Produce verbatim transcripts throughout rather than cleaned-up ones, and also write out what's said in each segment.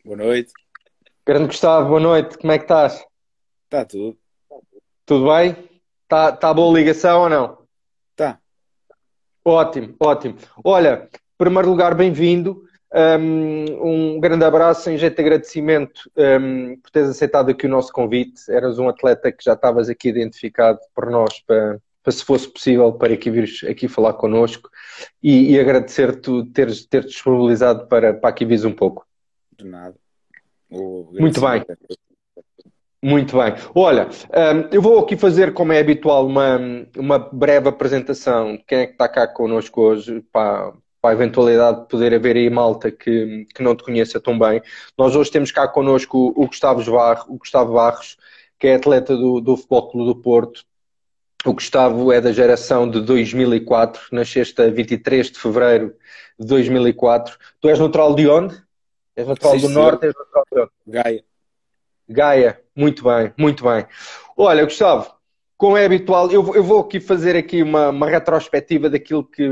Boa noite. Grande Gustavo, boa noite, como é que estás? Está tudo. Tudo bem? Está tá boa a ligação ou não? Tá. Ótimo, ótimo. Olha, em primeiro lugar, bem-vindo. Um, um grande abraço, em jeito de agradecimento, um, por teres aceitado aqui o nosso convite. Eras um atleta que já estavas aqui identificado por nós para, para se fosse possível, para aqui vires aqui falar connosco e, e agradecer-te teres, teres disponibilizado para, para aqui vires um pouco. De nada. O Muito bem. agradecimento é todo. Muito bem. Olha, hum, eu vou aqui fazer, como é habitual, uma, uma breve apresentação de quem é que está cá connosco hoje, para, para a eventualidade de poder haver aí malta que, que não te conheça tão bem. Nós hoje temos cá connosco o Gustavo Barros, o Gustavo Barros, que é atleta do, do Futebol Clube do Porto. O Gustavo é da geração de dois mil e quatro, nasceste a vinte e três de fevereiro de dois mil e quatro. Tu és natural de onde? És natural Sim, do senhor. Norte? És natural de onde? Gaia. Gaia, muito bem, muito bem. Olha, Gustavo, como é habitual, eu, eu vou aqui fazer aqui uma, uma retrospectiva daquilo que,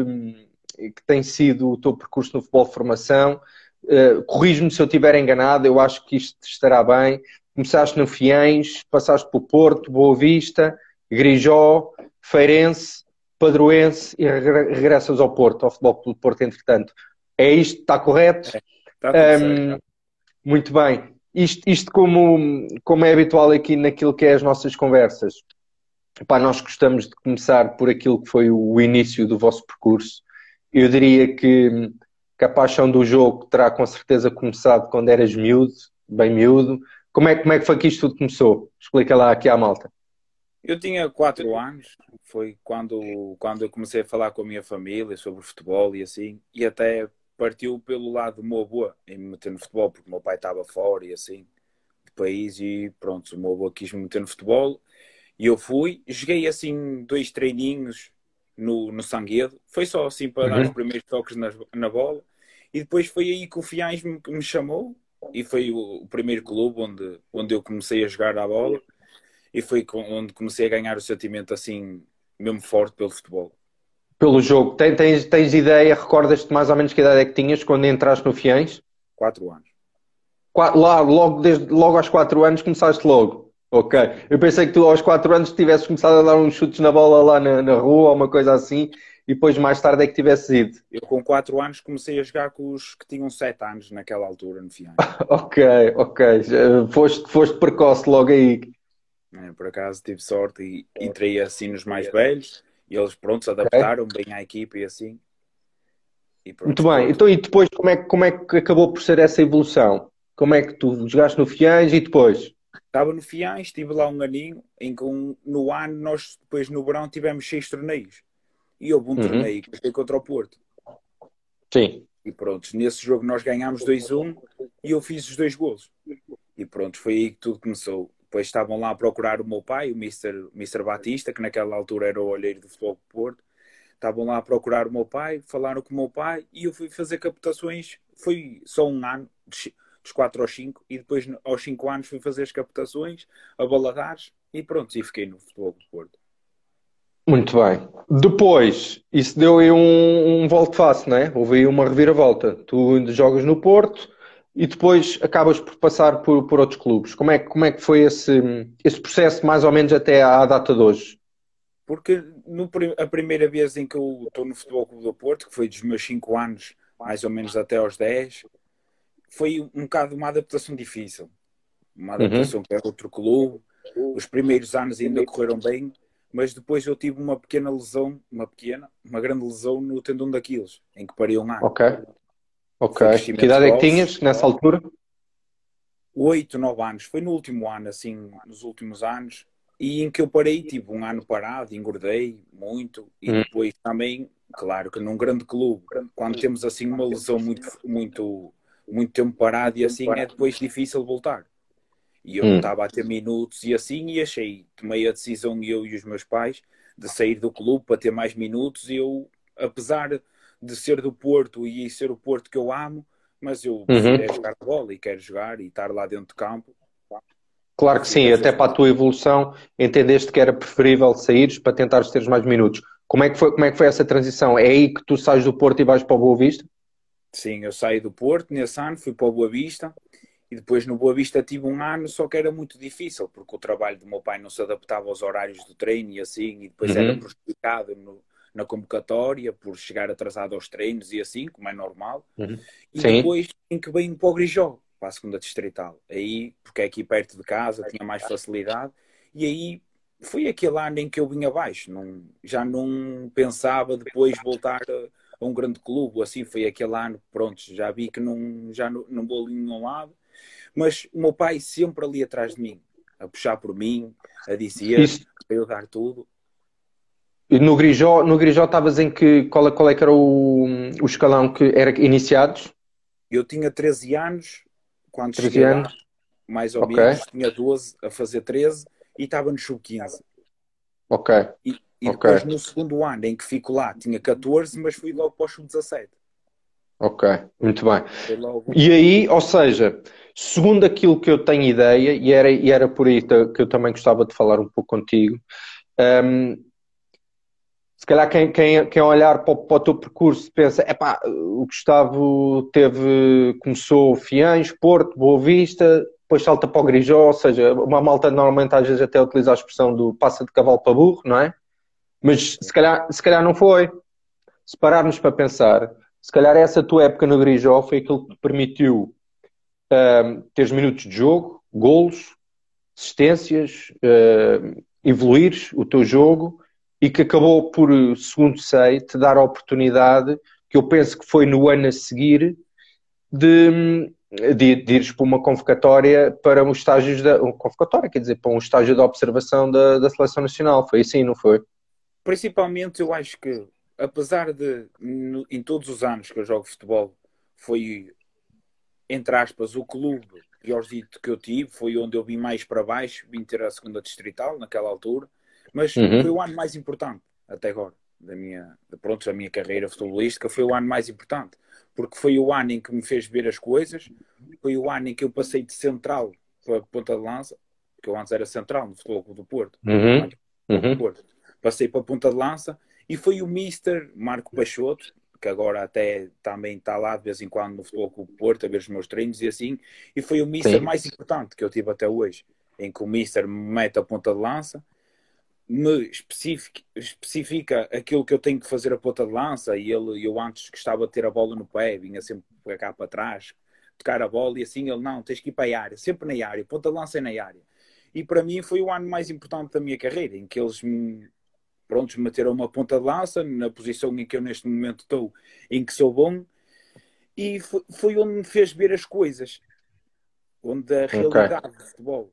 que tem sido o teu percurso no futebol de formação. Uh, corrijo-me se eu estiver enganado, eu acho que isto estará bem. Começaste no Fiens, passaste pelo Porto, Boa Vista, Grijó, Feirense, Padroense e regre- regressas ao Porto, ao Futebol Clube do Porto, entretanto. É isto? Está correto? É. Está tudo certo. Um, muito bem. Isto, isto como, como é habitual aqui naquilo que é as nossas conversas. Epá, nós gostamos de começar por aquilo que foi o início do vosso percurso. Eu diria que, que a paixão do jogo terá com certeza começado quando eras miúdo, bem miúdo. Como é, como é que foi que isto tudo começou? Explica lá aqui à malta. Eu tinha quatro anos. Foi quando, quando eu comecei a falar com a minha família sobre futebol e assim. E até partiu pelo lado do meu avô em me meter no futebol, porque o meu pai estava fora e assim, do país. E pronto, o meu avô quis me meter no futebol. E eu fui. Joguei assim dois treininhos no, no Sanguedo. Foi só assim para dar os Uhum. primeiros toques na, na bola. E depois foi aí que o Fiães me, me chamou. E foi o, o primeiro clube onde, onde eu comecei a jogar a bola. E foi com- onde comecei a ganhar o sentimento assim, mesmo forte pelo futebol. Pelo jogo. Tens, tens, tens ideia, recordas-te mais ou menos que idade é que tinhas quando entraste no Fiéis? Quatro anos. Qua- Lá, logo, desde, logo aos quatro anos começaste logo. Ok. Sim. Eu pensei que tu aos quatro anos tivesses começado a dar uns chutes na bola lá na, na rua ou uma coisa assim e depois mais tarde é que tivesses ido. Eu com quatro anos comecei a jogar com os que tinham sete anos naquela altura no Fiães. Ok, ok. Já Foste, foste precoce logo aí. É, por acaso tive sorte e entrei assim nos mais velhos. E eles, prontos, Ok. adaptaram bem à equipe e assim. E Muito pronto, bem. correu tudo. Então e depois como é, que- como é que acabou por ser essa evolução? Como é que tu jogaste no Fiéis e depois? Estava no Fiães, estive lá um aninho, em que um- no ano nós depois no verão tivemos seis torneios. E houve um Uhum. torneio que foi contra o Porto. Sim. E pronto, nesse jogo nós ganhámos dois a um e eu fiz os dois golos. E pronto, foi aí que tudo começou. Depois estavam lá a procurar o meu pai, o mister mister Batista, que naquela altura era o olheiro do Futebol do Porto. Estavam lá a procurar o meu pai, falaram com o meu pai e eu fui fazer captações. Foi só um ano, dos quatro aos cinco, e depois aos cinco anos fui fazer as captações, a Baladares, e pronto, e fiquei no Futebol do Porto. Muito bem. Depois, isso deu aí um, um volte-face, não é? Houve aí uma reviravolta. Tu ainda jogas no Porto e depois acabas por passar por, por outros clubes. Como é, que- como é que foi esse, esse processo, mais ou menos até à data de hoje? Porque no, a primeira vez em que eu estou no Futebol Clube do Porto, que foi dos meus cinco anos, mais ou menos até aos dez, foi um bocado uma adaptação difícil. Uma Uhum. adaptação para outro clube. Os primeiros anos ainda correram bem, mas depois eu tive uma pequena lesão, uma pequena, uma grande lesão no tendão daqueles, em que parei um ano. Ok, ok. Foi Que crescimento de idade é que ossos, tinhas nessa altura? oito, nove anos. Foi no último ano, assim, nos últimos anos, e em que eu parei, tive um ano parado, engordei muito, e Uhum. depois também, claro que num grande clube, quando temos assim uma lesão muito, muito, muito tempo parado e assim, é depois difícil voltar. E eu não Uhum. estava a ter minutos e assim, e achei, tomei a decisão, eu e os meus pais, de sair do clube para ter mais minutos. E eu, apesar de ser do Porto e ser o Porto que eu amo, mas eu prefiro Uhum. é jogar bola e quero jogar e estar lá dentro de campo. Claro que Prefiro sim, essa até para a escolha. tua evolução, entendeste que era preferível saíres para tentares ter mais minutos. Como é que foi, como é que foi essa transição? É aí que tu sais do Porto e vais para o Boa Vista? Sim, eu saí do Porto nesse ano, fui para o Boa Vista E depois no Boa Vista tive um ano, só que era muito difícil, porque o trabalho do meu pai não se adaptava aos horários do treino e assim, e depois era Uhum. prejudicado no, na convocatória por chegar atrasado aos treinos e assim, como é normal. Uhum. E Sim. depois em que vim para o Grijó, para a segunda distrital. Aí, porque é aqui perto de casa, tinha mais facilidade. E aí foi aquele ano em que eu vim abaixo. Não, já não pensava depois voltar a, a um grande clube. Assim, foi aquele ano, pronto, já vi que não, já não, não vou ali nenhum lado. Mas o meu pai sempre ali atrás de mim, a puxar por mim, a dizer, Isso. a eu dar tudo. E no Grijó, no Grijó estavas em que, qual, é- qual é que era o, o escalão que era iniciados? Eu tinha treze anos quando treze cheguei lá, anos? mais ou Ok, menos, tinha doze a fazer treze e estava no sub quinze. ok, E, e ok, depois no segundo ano em que fico lá tinha catorze, mas fui logo para o sub dezassete. ok, muito bem. Foi logo. E aí, ou seja, segundo aquilo que eu tenho ideia, e era, e era por aí ta- que eu também gostava de falar um pouco contigo, hum, se calhar quem, quem, quem olhar para o, para o teu percurso pensa, epá, o Gustavo teve, começou Fiães, Porto, Boa Vista, depois salta para o Grijó, ou seja, uma malta normalmente às vezes até utiliza a expressão do passa de cavalo para burro, não é? Mas se calhar, se calhar não foi. Se pararmos para pensar, se calhar essa tua época no Grijó foi aquilo que te permitiu um, teres minutos de jogo, golos, assistências, uh, evoluires o teu jogo e que acabou por, segundo sei, te dar a oportunidade, que eu penso que foi no ano a seguir, de, de, de ires para uma convocatória para um estágio da uma convocatória, quer dizer, para um estágio de observação da, da Seleção Nacional. Foi assim, não foi? Principalmente eu acho que, apesar de no, em todos os anos que eu jogo futebol, foi, entre aspas, o clube pior dito que eu tive, foi onde eu vim mais para baixo, vim ter a segunda distrital naquela altura, mas foi Uhum. o ano mais importante até agora da minha, de, pronto, da minha carreira futebolística, foi o ano mais importante, porque foi o ano em que me fez ver as coisas, foi o ano em que eu passei de central para ponta de lança, porque eu antes era central no Futebol Clube do Porto, Uhum. naquele Futebol Clube do Uhum. Porto, passei para ponta de lança e foi o mister Marco Peixoto, que agora até também está lá de vez em quando no Futebol Clube do Porto a ver os meus treinos e assim, e foi o mister Sim. mais importante que eu tive até hoje, em que o mister me mete a ponta de lança, me especifica, especifica aquilo que eu tenho que fazer a ponta de lança, e ele, eu antes gostava de ter a bola no pé, vinha sempre para cá para trás, tocar a bola, e assim ele, não, tens que ir para a área, sempre na área, ponta de lança é na área. E para mim foi o ano mais importante da minha carreira, em que eles me, prontos, meteram uma ponta de lança, na posição em que eu neste momento estou, em que sou bom, e foi, foi onde me fez ver as coisas, onde a Ok. realidade do futebol.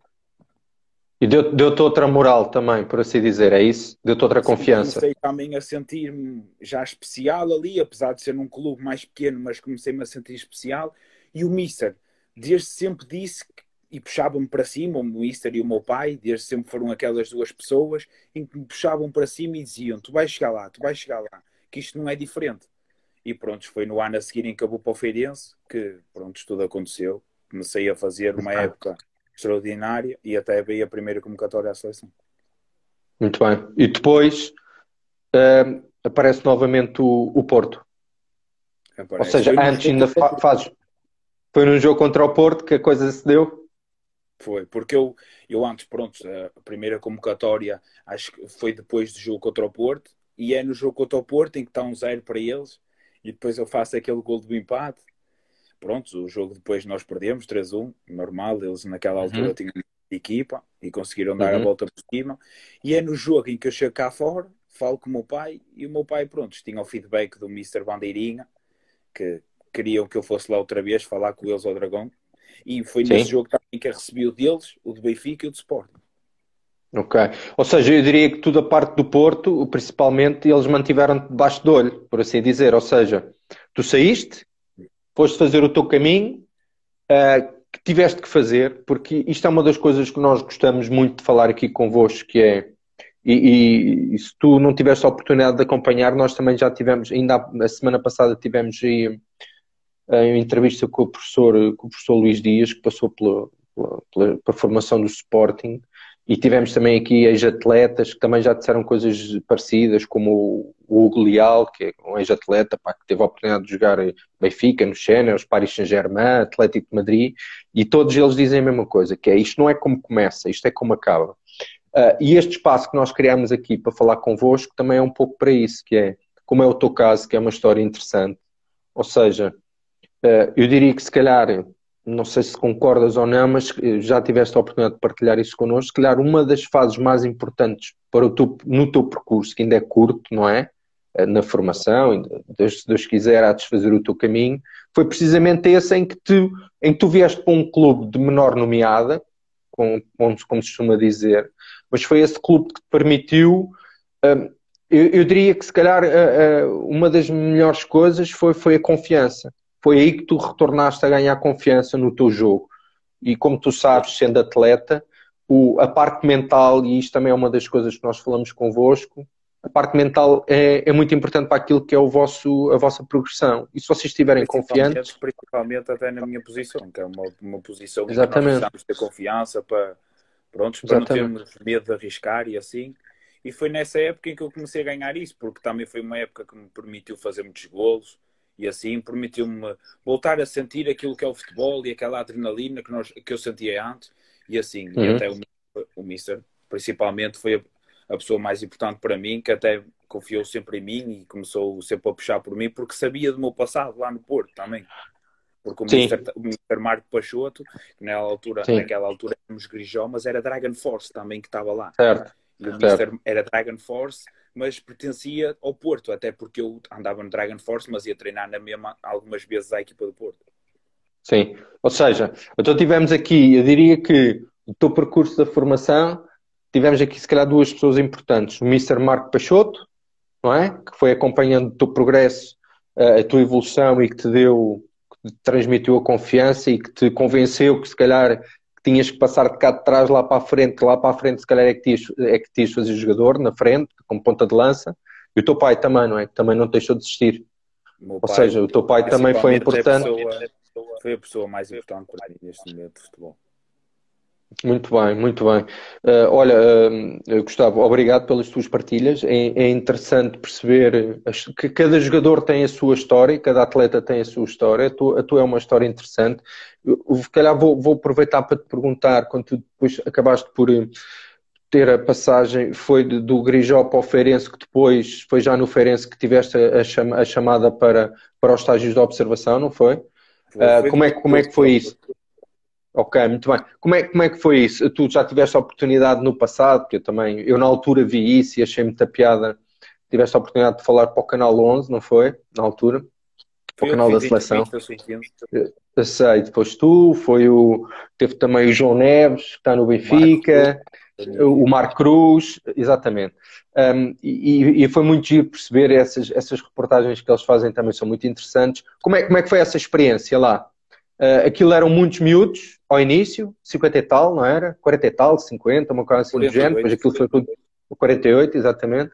E deu- deu-te outra moral também, por assim dizer, é isso? Deu-te outra Sim, confiança. comecei também a sentir-me já especial ali, apesar de ser num clube mais pequeno, mas comecei-me a sentir especial. E o Mister, desde sempre disse que, e puxava-me para cima, o Mister e o meu pai, desde sempre foram aquelas duas pessoas em que me puxavam para cima e diziam: tu vais chegar lá, tu vais chegar lá, que isto não é diferente. E pronto, foi no ano a seguir em que eu vou para o Feirense que pronto, tudo aconteceu. Comecei a fazer uma Ok. época extraordinária e até veio a primeira convocatória à seleção. Muito bem. E depois hum, aparece novamente o, o Porto. Ou Aparece. seja, Foi no antes jogo ainda contra o fa- Porto. fazes. Foi num jogo contra o Porto que a coisa se deu? Foi, porque eu, eu antes, pronto, a primeira convocatória acho que foi depois do jogo contra o Porto, e é no jogo contra o Porto em que está um zero para eles, e depois eu faço aquele gol do empate. Pronto, o jogo depois nós perdemos três a um, normal, eles naquela altura Uhum. tinham equipa e conseguiram dar a Uhum. volta por cima. E é no jogo em que eu chego cá fora, falo com o meu pai, e o meu pai, pronto, tinha o feedback do mister Bandeirinha, que queriam que eu fosse lá outra vez falar com eles ao Dragão. E foi nesse Sim. jogo também que eu recebi o deles, o do Benfica e o do Sporting. Ok. Ou seja, eu diria que tudo a parte do Porto, principalmente, eles mantiveram-te debaixo do olho, por assim dizer. Ou seja, tu saíste, foste fazer o teu caminho, uh, que tiveste que fazer, porque isto é uma das coisas que nós gostamos muito de falar aqui convosco, que é, e, e, e se tu não tiveste a oportunidade de acompanhar, nós também já tivemos, ainda a semana passada tivemos aí em entrevista com o professor, com o professor Luís Dias, que passou pela, pela, pela, pela formação do Sporting, e tivemos também aqui ex-atletas que também já disseram coisas parecidas, como o Hugo Leal, que é um ex-atleta, pá, que teve a oportunidade de jogar em Benfica, no Séniores, Paris Saint-Germain, Atlético de Madrid, e todos eles dizem a mesma coisa, que é isto não é como começa, isto é como acaba. Uh, e este espaço que nós criamos aqui para falar convosco também é um pouco para isso, que é, como é o teu caso, que é uma história interessante. Ou seja, uh, eu diria que se calhar, não sei se concordas ou não, mas já tiveste a oportunidade de partilhar isso connosco, se calhar uma das fases mais importantes para o teu, no teu percurso, que ainda é curto, não é? Uh, na formação, Deus, se Deus quiser, há de fazer o teu caminho, foi precisamente esse em que tu, em que tu vieste para um clube de menor nomeada, como, como se costuma dizer, mas foi esse clube que te permitiu, um, eu, eu diria que se calhar uh, uh, uma das melhores coisas foi, foi a confiança. Foi aí que tu retornaste a ganhar confiança no teu jogo. E como tu sabes, sendo atleta, o, a parte mental, e isto também é uma das coisas que nós falamos convosco, a parte mental é, é muito importante para aquilo que é o vosso, a vossa progressão. E se vocês estiverem confiantes... Principalmente até na minha posição, que é uma, uma posição em Exatamente. que nós precisamos ter confiança para, prontos, para não termos medo de arriscar e assim. E foi nessa época em que eu comecei a ganhar isso, porque também foi uma época que me permitiu fazer muitos golos e assim permitiu-me voltar a sentir aquilo que é o futebol e aquela adrenalina que, nós, que eu sentia antes. E assim, uhum. E até o, o Mister, principalmente, foi a, a pessoa mais importante para mim, que até confiou sempre em mim e começou sempre a puxar por mim, porque sabia do meu passado lá no Porto também. Porque o Mister, o Mister Marco Pachoto, que naquela altura, naquela altura éramos Grijó, mas era Dragon Force também que estava lá. Certo. E o Mister era Dragon Force, mas pertencia ao Porto, até porque eu andava no Dragon Force, mas ia treinar na mesma algumas vezes à equipa do Porto. Sim, ou seja, então tivemos aqui, eu diria que o teu percurso da formação, tivemos aqui se calhar duas pessoas importantes, o Mister Marco Pachoto, não é? Que foi acompanhando o teu progresso, a tua evolução e que te deu, que te transmitiu a confiança e que te convenceu que se calhar que tinhas que passar de cá de trás lá para a frente, que lá para a frente se calhar é que tinhas, é que tinhas fazer jogador, na frente, como ponta de lança, e o teu pai também, não é? Que também não te deixou de desistir. Ou pai, seja, o teu pai também foi importante. É a pessoa, foi a pessoa mais importante para mim neste momento de futebol. Muito bem, muito bem. Uh, olha, uh, Gustavo, obrigado pelas tuas partilhas. É, é interessante perceber que cada jogador tem a sua história, cada atleta tem a sua história. A tua, a tua é uma história interessante. Eu, se calhar vou, vou aproveitar para te perguntar, quando tu depois acabaste por ter a passagem, foi do Grijó para o Feirense, que depois foi já no Feirense que tiveste a, chama, a chamada para, para os estágios de observação, não foi? foi, uh, foi como, é, como é que foi isso? Ok, muito bem. Como é, como é que foi isso? Tu já tiveste a oportunidade no passado, porque eu também, eu na altura vi isso e achei muita piada. Tiveste a oportunidade de falar para o Canal onze, não foi? Na altura? Para o canal da seleção. Eu sei, depois tu, foi o... Teve também o João Neves, que está no Benfica, o Marco Cruz, exatamente. Um, e, e foi muito giro perceber essas, essas reportagens que eles fazem também são muito interessantes. Como é, como é que foi essa experiência lá? Uh, aquilo eram muitos miúdos ao início, cinquenta e tal, não era? quarenta e tal, cinquenta, uma coisa assim do género, depois aquilo foi tudo quarenta e oito, exatamente.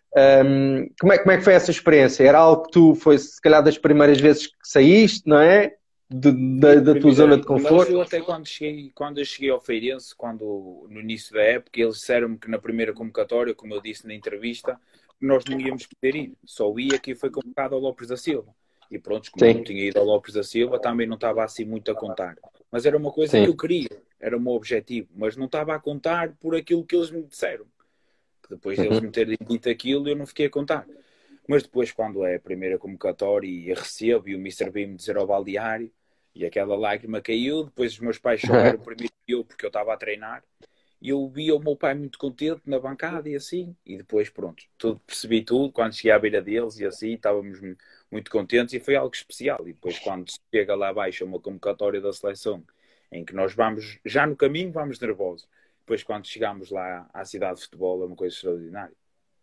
Um, como, é, como é que foi essa experiência? Era algo que tu foi, se calhar, das primeiras vezes que saíste, não é? De, de, da tua zona de conforto? Mas eu até quando cheguei, quando eu cheguei ao Feirense, quando, no início da época, eles disseram-me que na primeira convocatória, como eu disse na entrevista, nós não íamos poder ir. Só ia que foi convocado ao Lopes da Silva. E pronto, como eu não tinha ido ao Lopes da Silva, também não estava assim muito a contar. Mas era uma coisa Sim. que eu queria, era o meu objetivo. Mas não estava a contar por aquilo que eles me disseram. Depois deles uhum. me terem dito aquilo, eu não fiquei a contar. Mas depois, quando é a primeira convocatória e a recebo, e o mister veio-me dizer ao baldeário, e aquela lágrima caiu, depois os meus pais choraram primeiro que eu, porque eu estava a treinar, e eu via o meu pai muito contente na bancada e assim, e depois pronto, tudo, percebi tudo, quando cheguei à beira deles e assim, estávamos muito contentes e foi algo especial. E depois quando se chega lá abaixo uma convocatória da seleção, em que nós vamos, já no caminho vamos nervosos, depois quando chegamos lá à cidade de futebol é uma coisa extraordinária.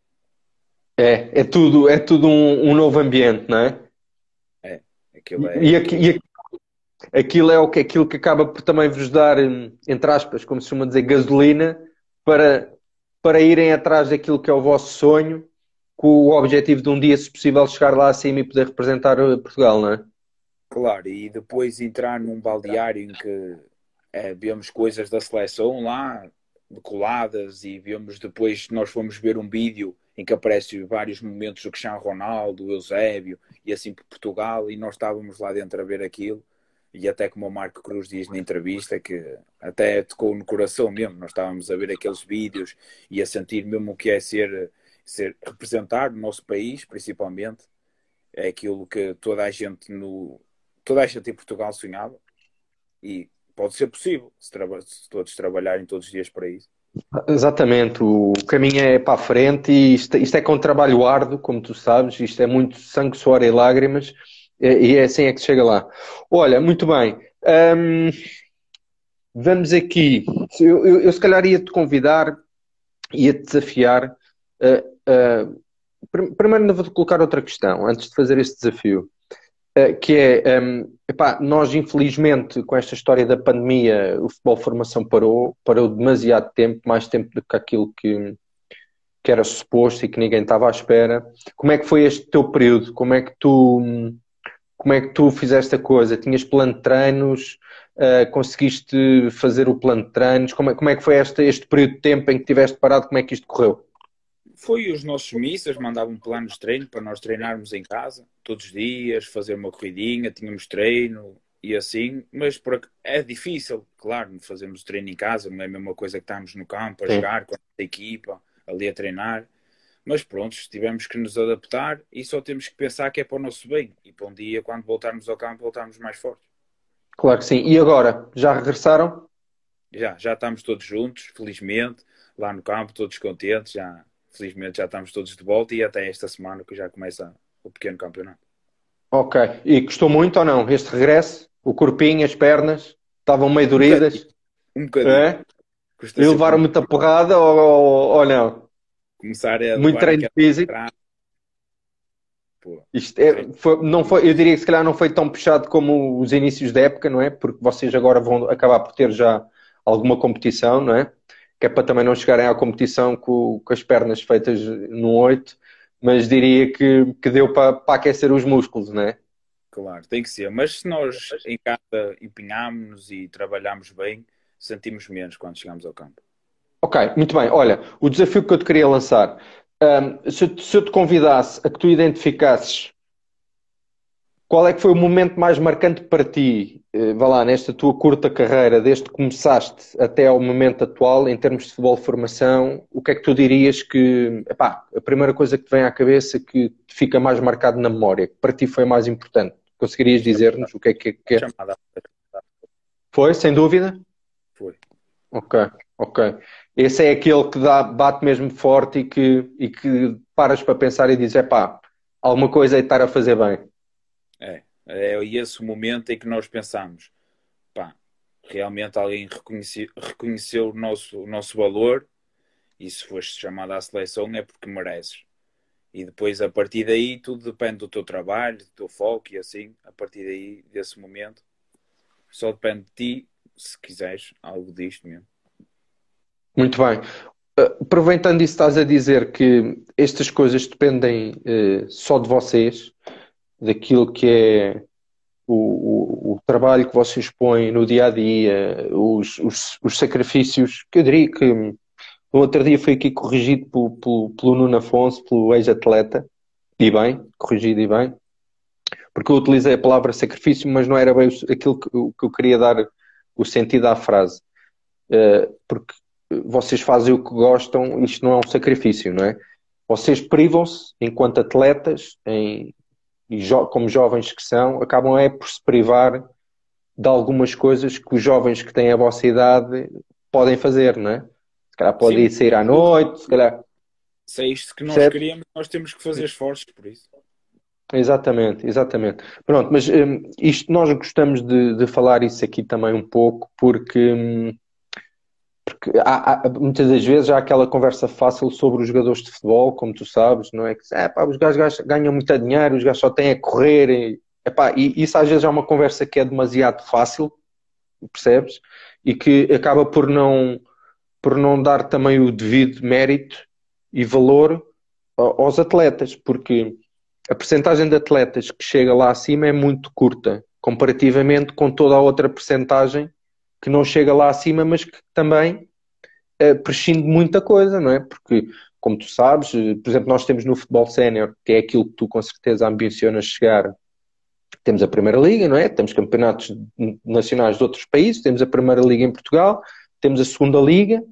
É, é tudo, é tudo um, um novo ambiente, não é? É, aquilo é... E, aqui, e aquilo é o que, aquilo que acaba por também vos dar, entre aspas, como se chama dizer, gasolina para, para irem atrás daquilo que é o vosso sonho, com o objetivo de um dia, se possível, chegar lá acima e poder representar Portugal, não é? Claro, e depois entrar num baldeário em que é, vemos coisas da seleção lá, decoladas e vemos depois, nós fomos ver um vídeo em que aparecem vários momentos do Cristiano Ronaldo, do Eusébio e assim por Portugal, e nós estávamos lá dentro a ver aquilo, e até como o Marco Cruz diz na entrevista, que até tocou no coração mesmo, nós estávamos a ver aqueles vídeos e a sentir mesmo o que é ser, ser representar o nosso país, principalmente, é aquilo que toda a gente no toda a gente em Portugal sonhava, e pode ser possível se, traba- se todos trabalharem todos os dias para isso. Exatamente, o caminho é para a frente e isto, isto é com trabalho árduo, como tu sabes, isto é muito sangue, suor e lágrimas e, e é assim é que se chega lá. Olha, muito bem, hum, vamos aqui, eu, eu, eu se calhar ia-te convidar, ia-te desafiar, uh, uh, prim- primeiro ainda vou-te colocar outra questão, antes de fazer este desafio. Uh, que é, um, epá, nós infelizmente com esta história da pandemia o futebol de formação parou, parou demasiado tempo, mais tempo do que aquilo que, que era suposto e que ninguém estava à espera. Como é que foi este teu período? Como é que tu, hum, como é que tu fizeste a coisa? Tinhas plano de treinos? Uh, conseguiste fazer o plano de treinos? Como é, como é que foi este, este período de tempo em que estiveste parado? Como é que isto correu? Foi os nossos missas, mandavam planos de treino para nós treinarmos em casa, todos os dias, fazer uma corridinha, tínhamos treino e assim, mas por ac- é difícil, claro, fazermos treino em casa, não é a mesma coisa que estarmos no campo a Sim. jogar com a equipa, ali a treinar, mas pronto, tivemos que nos adaptar e só temos que pensar que é para o nosso bem e para um dia, quando voltarmos ao campo, voltarmos mais fortes. Claro que sim. E agora? Já regressaram? Já, já estamos todos juntos, felizmente, lá no campo, todos contentes, já, felizmente já estamos todos de volta e até esta semana que já começa o pequeno campeonato. Ok. E custou muito ou não este regresso? O corpinho, as pernas, estavam meio Um bocadinho, doridas? um bocadinho. É? Custa E sempre levaram um muita porrada ou, ou, ou não? começar a Muito levar treino aquela físico? entrada, pô, Isto é, foi- não foi, eu diria que se calhar não foi tão puxado como os inícios da época, não é? Porque vocês agora vão acabar por ter já alguma competição, não é? Que é para também não chegarem à competição com, com as pernas feitas no oito, mas diria que, que deu para, para aquecer os músculos, não é? claro, tem que ser. Mas se nós em casa empenhámos-nos e trabalhámos bem, sentimos menos quando chegamos ao campo. Ok, muito bem. Olha, o desafio que eu te queria lançar. Ahm, se, eu te se eu te convidasse a que tu identificasses qual é que foi o momento mais marcante para ti, eh, vá lá, nesta tua curta carreira, desde que começaste até ao momento atual, em termos de futebol de formação, o que é que tu dirias que, epá, a primeira coisa que te vem à cabeça que te fica mais marcado na memória, que para ti foi mais importante? Conseguirias dizer-nos o que é que que é? Chamada Foi, sem dúvida? foi. Ok, ok. Esse é aquele que dá, bate mesmo forte e que, e que paras para pensar e dizes, epá, alguma coisa é estar a fazer bem. É, é esse o momento em que nós pensamos, pá, realmente alguém reconhece, reconheceu o nosso, o nosso valor e se foste chamado à seleção é porque mereces. E depois, a partir daí, tudo depende do teu trabalho, do teu foco e assim, a partir daí, desse momento, só depende de ti, se quiseres algo disto mesmo. Muito bem. Uh, Aproveitando isso, estás a dizer que estas coisas dependem uh, só de vocês, daquilo que é o, o, o trabalho que vocês põem no dia a dia, os, os, os sacrifícios, que eu diria que no outro dia foi aqui corrigido pelo, pelo, pelo Nuno Afonso, pelo ex-atleta, e bem, corrigido e bem, porque eu utilizei a palavra sacrifício, mas não era bem o- aquilo que, eu- que eu queria dar o sentido à frase. Uh, porque vocês fazem o que gostam, isto não é um sacrifício, não é? Vocês privam-se, enquanto atletas, em, e jo- como jovens que são, acabam é por se privar de algumas coisas que os jovens que têm a vossa idade podem fazer, não é? Se calhar Sim, podem ir mas sair à tudo, noite, se calhar, se é isto que nós percebes? queríamos, nós temos que fazer esforços por isso. Exatamente, exatamente. Pronto, mas hum, isto nós gostamos de, de falar isso aqui também um pouco, porque hum, porque há- há- muitas das vezes há aquela conversa fácil sobre os jogadores de futebol, como tu sabes, não é? Que é, pá, os gajos gajos ganham muito dinheiro, os gajos só têm a correr, e, epá, e isso às vezes é uma conversa que é demasiado fácil, percebes? E que acaba por não, por não dar também o devido mérito e valor a- aos atletas, porque a percentagem de atletas que chega lá acima é muito curta, comparativamente com toda a outra percentagem que não chega lá acima, mas que também uh, prescinde de muita coisa, não é? Porque, como tu sabes, uh, por exemplo, nós temos no futebol sénior, que é aquilo que tu com certeza ambicionas chegar, temos a Primeira Liga, não é? Temos campeonatos nacionais de outros países, temos a Primeira Liga em Portugal, temos a Segunda Liga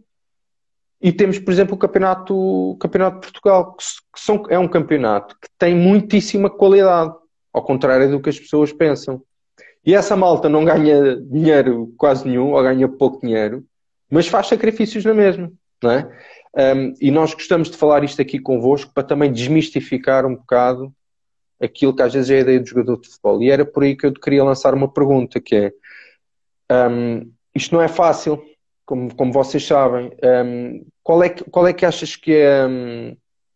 e temos, por exemplo, o Campeonato, o campeonato de Portugal, que, que são, é um campeonato que tem muitíssima qualidade, ao contrário do que as pessoas pensam. E essa malta não ganha dinheiro quase nenhum, ou ganha pouco dinheiro, mas faz sacrifícios na mesma, não é? Um, e nós gostamos de falar isto aqui convosco para também desmistificar um bocado aquilo que às vezes é a ideia do jogador de futebol. E era por aí que eu te queria lançar uma pergunta, que é, um, isto não é fácil, como, como vocês sabem. Um, qual, é que, qual é que achas que é, um,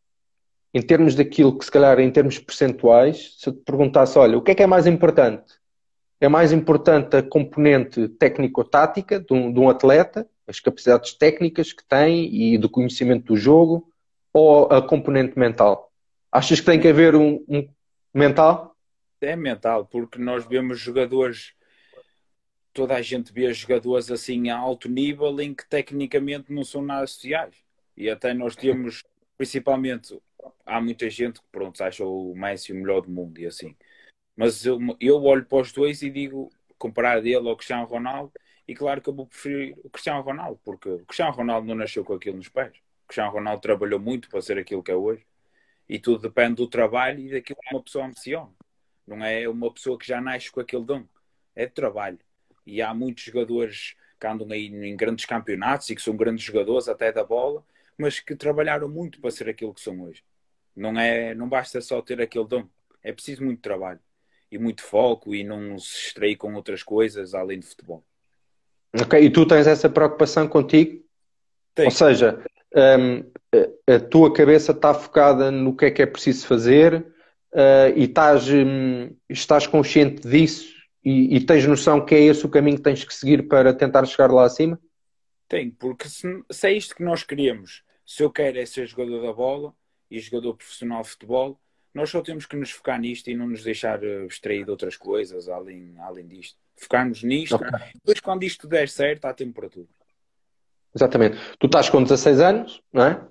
em termos daquilo que se calhar em termos percentuais, se eu te perguntasse, olha, o que é que é mais importante? É mais importante a componente técnico-tática de um, de um atleta, as capacidades técnicas que tem e do conhecimento do jogo, ou a componente mental? Achas que tem que haver um, um mental? É mental, porque nós vemos jogadores, toda a gente vê jogadores assim a alto nível em que tecnicamente não são nada sociais. E até nós temos, principalmente, há muita gente que pronto, acha o Messi o melhor do mundo e assim. Mas eu, eu olho para os dois e digo, comparar dele ao Cristiano Ronaldo, e claro que eu vou preferir o Cristiano Ronaldo, porque o Cristiano Ronaldo não nasceu com aquilo nos pés. O Cristiano Ronaldo trabalhou muito para ser aquilo que é hoje. E tudo depende do trabalho e daquilo que uma pessoa ambiciona. Não é uma pessoa que já nasce com aquele dom. É de trabalho. E há muitos jogadores que andam aí em grandes campeonatos e que são grandes jogadores até da bola, mas que trabalharam muito para ser aquilo que são hoje. Não, é, não basta só ter aquele dom. É preciso muito trabalho. E muito foco e não se distrair com outras coisas além de futebol. Ok, e tu tens essa preocupação contigo? Tem. Ou seja, um, a, a tua cabeça está focada no que é que é preciso fazer uh, e estás, um, estás consciente disso e, e tens noção que é esse o caminho que tens que seguir para tentar chegar lá acima? Tem, porque se, se é isto que nós queremos, se eu quero é ser jogador da bola e jogador profissional de futebol, nós só temos que nos focar nisto e não nos deixar uh, distrair de outras coisas além, além disto. Focarmos nisto, Ok. depois quando isto der certo, há tempo para tudo. Exatamente. Tu estás com dezasseis anos, não é?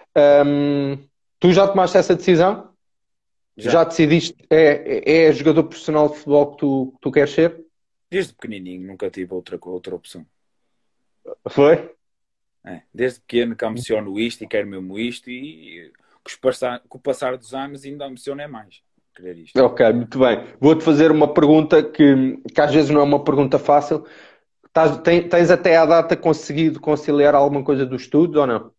Um, tu já tomaste essa decisão? Já, Já, já decidiste? É, é, é jogador profissional de futebol que tu, que tu queres ser? desde pequenininho nunca tive outra, outra opção. Foi? É, desde pequeno que ambiciono isto e quero mesmo isto e com, os passar, com o passar dos anos ainda ambiciono é mais querer isto. Ok, muito bem. Vou-te fazer uma pergunta que, que às vezes não é uma pergunta fácil. Tás- ten- tens até à data conseguido conciliar alguma coisa do estudo ou não?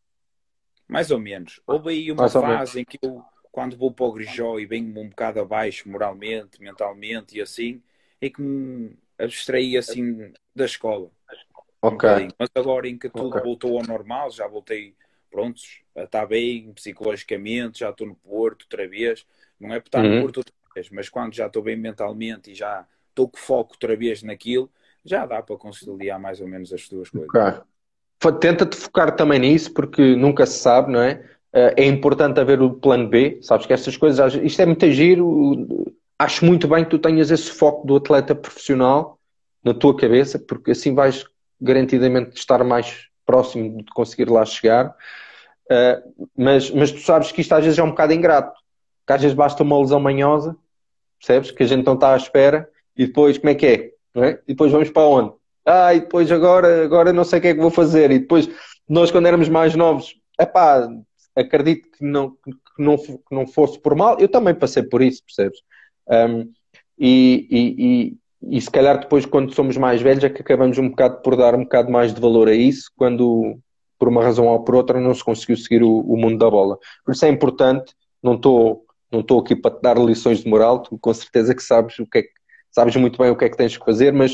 Mais ou menos. Houve aí uma Mais ou menos. fase em que eu, quando vou para o Grijó e venho um bocado abaixo moralmente, mentalmente e assim, é que me abstraí assim da escola. Um Ok, bocadinho. Mas agora em que tudo ok. voltou ao normal, já voltei, prontos, a estar bem psicologicamente, já estou no Porto outra vez. Não é por estar no Uhum. Porto outra vez, mas quando já estou bem mentalmente e já estou com foco outra vez naquilo, já dá para conciliar mais ou menos as duas coisas. Ok. Fo- Tenta-te focar também nisso, porque nunca se sabe, não é? Eh, É importante haver o plano B. Sabes que estas coisas, às- isto é muito giro. Acho muito bem que tu tenhas esse foco do atleta profissional na tua cabeça, porque assim vais garantidamente estar mais próximo de conseguir lá chegar. Eh, mas, mas tu sabes que isto às vezes é um bocado ingrato, que às vezes basta uma lesão manhosa, percebes? Que a gente não está à espera, e depois como é que é? Não é? E depois vamos para onde? Ah, e depois agora, agora não sei o que é que vou fazer. E depois, nós quando éramos mais novos, epá, acredito que não, que não, que não fosse por mal, eu também passei por isso, percebes? Um, e, e, e, e se calhar depois, quando somos mais velhos, é que acabamos um bocado por dar um bocado mais de valor a isso, quando por uma razão ou por outra não se conseguiu seguir o, o mundo da bola. Por isso é importante, não estou não estou aqui para te dar lições de moral, tu com certeza que sabes o que é que, sabes muito bem o que é que tens que fazer, mas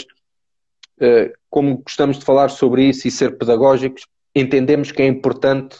uh, como gostamos de falar sobre isso e ser pedagógicos, entendemos que é importante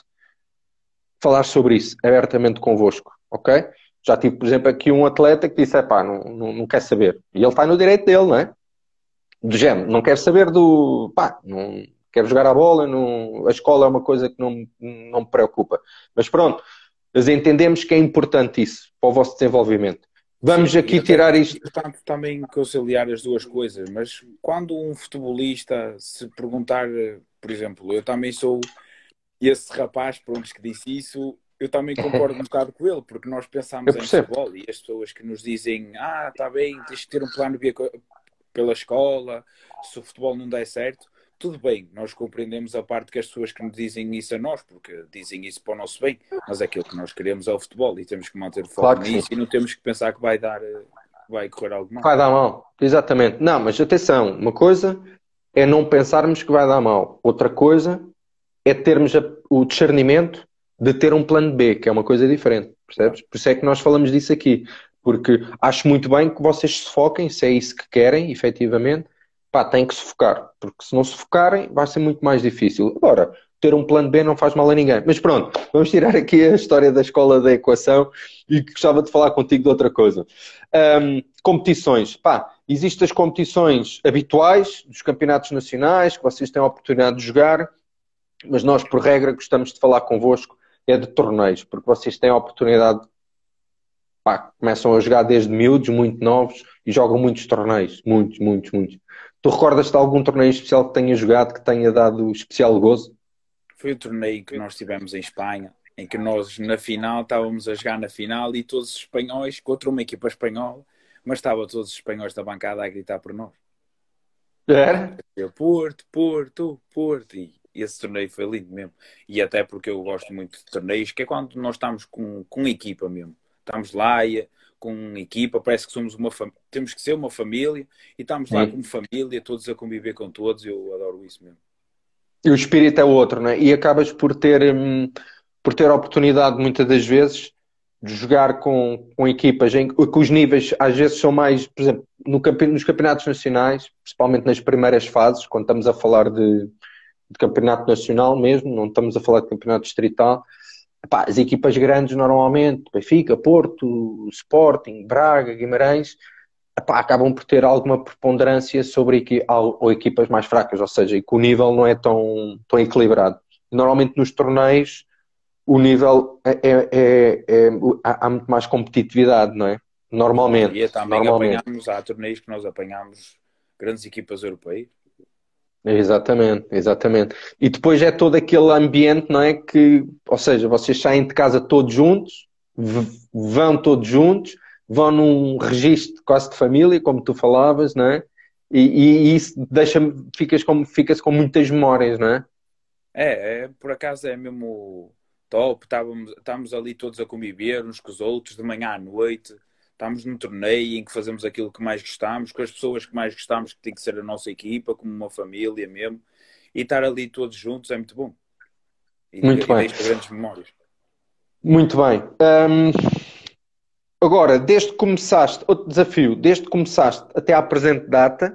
falar sobre isso abertamente convosco, ok? Já tive, por exemplo, aqui um atleta que disse, pá, não, não, não quer saber. E ele está no direito dele, não é? Do género, não quer saber do, pá, não quero jogar a bola, não, a escola é uma coisa que não, não me preocupa. Mas pronto, mas entendemos que é importante isso para o vosso desenvolvimento. Vamos Sim, e aqui até tirar é isto. importante também conciliar as duas coisas, mas quando um futebolista se perguntar, eh, por exemplo, eu também sou esse rapaz, pronto, que disse isso, eu também concordo um bocado com ele, porque nós Eu pensamos em percebo. futebol e as pessoas que nos dizem, ah, está bem, tens que ter um plano B co- pela escola, se o futebol não der certo, tudo bem, nós compreendemos a parte que as pessoas que nos dizem isso a nós, porque dizem isso para o nosso bem, mas aquilo que nós queremos é o futebol e temos que manter o foco Claro que sim. nisso e não temos que pensar que vai dar, eh, vai correr algo mal. Vai dar mal. Exatamente. Não, mas atenção, uma coisa é não pensarmos que vai dar mal. Outra coisa é termos a- o discernimento de ter um plano B, que é uma coisa diferente, Claro. percebes? Por isso é que nós falamos disso aqui, porque acho muito bem que vocês se foquem, se é isso que querem, efetivamente, pá, têm que se focar, porque se não se focarem vai ser muito mais difícil. Agora, ter um plano B não faz mal a ninguém. Mas pronto, vamos tirar aqui a história da escola da equação e gostava de falar contigo de outra coisa. Ahm, competições, pá, existem as competições habituais dos campeonatos nacionais que vocês têm a oportunidade de jogar, mas nós, por regra, gostamos de falar convosco é de torneios, porque vocês têm a oportunidade, pá, começam a jogar desde miúdos, muito novos, e jogam muitos torneios, muitos, muitos, muitos. Tu recordas de algum torneio especial que tenha jogado, que tenha dado especial gozo? Foi o torneio que nós tivemos em Espanha, em que nós na final estávamos a jogar na final e todos os espanhóis contra uma equipa espanhola, mas estavam todos os espanhóis da bancada a gritar por nós. Era? Eu, Porto, Porto, Porto. E esse torneio foi lindo mesmo. E até porque eu gosto muito de torneios, que é quando nós estamos com, com equipa mesmo. Estamos lá e, com equipa, parece que somos uma família. Temos que ser uma família e estamos lá Sim. como família, todos a conviver com todos. Eu adoro isso mesmo. E o espírito é outro, né? E acabas por ter, hum, por ter a oportunidade, muitas das vezes, de jogar com, com equipas em que os níveis às vezes são mais, por exemplo, no campe- nos campeonatos nacionais, principalmente nas primeiras fases, quando estamos a falar de, de campeonato nacional mesmo, não estamos a falar de campeonato distrital. Epá, as equipas grandes normalmente, Benfica, Porto, Sporting, Braga, Guimarães, epá, acabam por ter alguma preponderância sobre equi ou, ou equipas mais fracas, ou seja, e que o nível não é tão, tão equilibrado. Normalmente nos torneios o nível é, é, é, é- há há muito mais competitividade, não é? Claro, Normalmente, e é também normalmente. apanhamos, há torneios que nós apanhamos grandes equipas europeias. Exatamente, exatamente. E depois é todo aquele ambiente, não é? Que, ou seja, vocês saem de casa todos juntos, v- vão todos juntos, vão num registro quase de família, como tu falavas, não é? E, e- e isso deixa, ficas com, fica-se com muitas memórias, não é? É, é, por acaso é mesmo top. Estávamos, estamos ali todos a conviver uns com os outros, de manhã à noite. Estamos num torneio em que fazemos aquilo que mais gostamos, com as pessoas que mais gostamos, que tem que ser a nossa equipa, como uma família mesmo. E estar ali todos juntos é muito bom. E, Muito e bem, deixa grandes memórias. muito bem. Hum, agora, desde que começaste, outro desafio, desde que começaste até à presente data,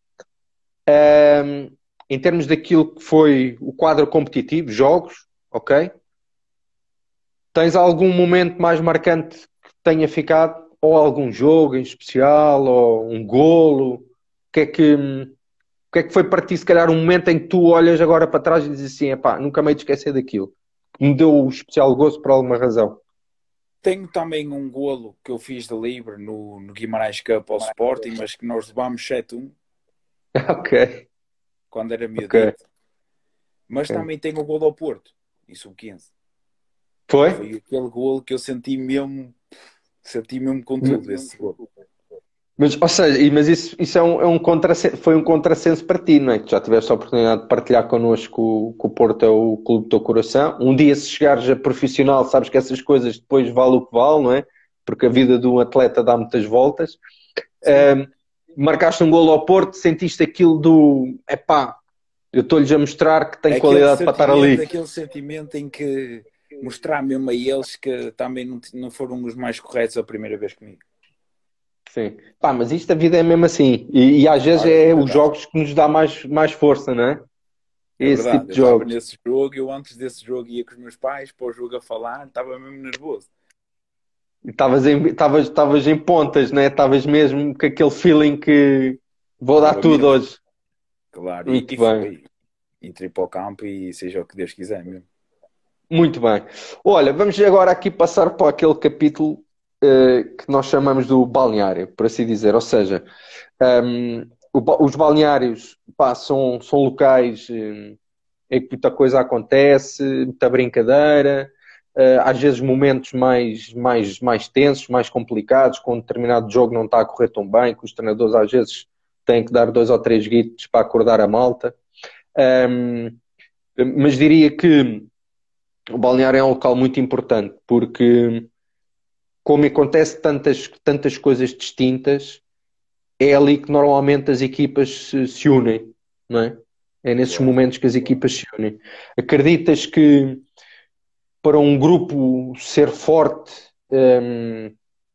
hum, em termos daquilo que foi o quadro competitivo, jogos, ok? Tens algum momento mais marcante que tenha ficado? Ou algum jogo em especial? Ou um golo? O que é que, o que é que foi para ti, se calhar, um momento em que tu olhas agora para trás e dizes assim, epá, nunca me hei de esquecer daquilo. Me deu um especial gozo por alguma razão. Tenho também um golo que eu fiz de livre no, no Guimarães Cup ao Sporting, mas que nós levámos sete a um Ok, quando era ok, miudito. Mas ok. também tenho o golo ao Porto, em sub quinze. Foi? Foi aquele golo que eu senti mesmo, senti mesmo com tudo esse golo. Mas, ou seja, e- mas isso, isso é um, é um contrassenso, foi um contrassenso para ti, não é? Que já tiveste a oportunidade de partilhar connosco que o Porto é o clube do teu coração. Um dia, se chegares a profissional, sabes que essas coisas depois vale o que vale, não é? Porque a vida de um atleta dá muitas voltas. Sim. Ahm, marcaste um golo ao Porto, sentiste aquilo do epá, eu estou-lhes a mostrar que tem Aquele qualidade para estar sentimento, ali. aquele sentimento em que mostrar mesmo a eles que também não, não foram os mais corretos a primeira vez comigo. Sim. Pá, mas isto a vida é mesmo assim. E, e às vezes Claro, a é vida os dá. jogos que nos dá mais, mais força, não é? É Esse tipo verdade. Eu de estava jogos. nesse jogo, eu antes desse jogo ia com os meus pais para o jogo a falar, estava mesmo nervoso. Estavas em, estavas, estavas em pontas, né? Estavas mesmo com aquele feeling que vou dar Estava tudo mesmo, hoje. claro. E, Muito e bem, foi. Entrei para o campo e seja o que Deus quiser mesmo. muito bem. Olha, vamos agora aqui passar para aquele capítulo eh, que nós chamamos do balneário, por assim dizer. Ou seja, um, o ba- os balneários, pá, são, são locais eh, em que muita coisa acontece, muita brincadeira, eh, às vezes momentos mais, mais, mais tensos, mais complicados, quando um determinado jogo não está a correr tão bem, que os treinadores às vezes têm que dar dois ou três guitos para acordar a malta. Um, mas diria que o balneário é um local muito importante, porque como acontece tantas, tantas coisas distintas, é ali que normalmente as equipas se, se unem, não é? É nesses Claro. momentos que as equipas se unem. Acreditas que para um grupo ser forte, hum,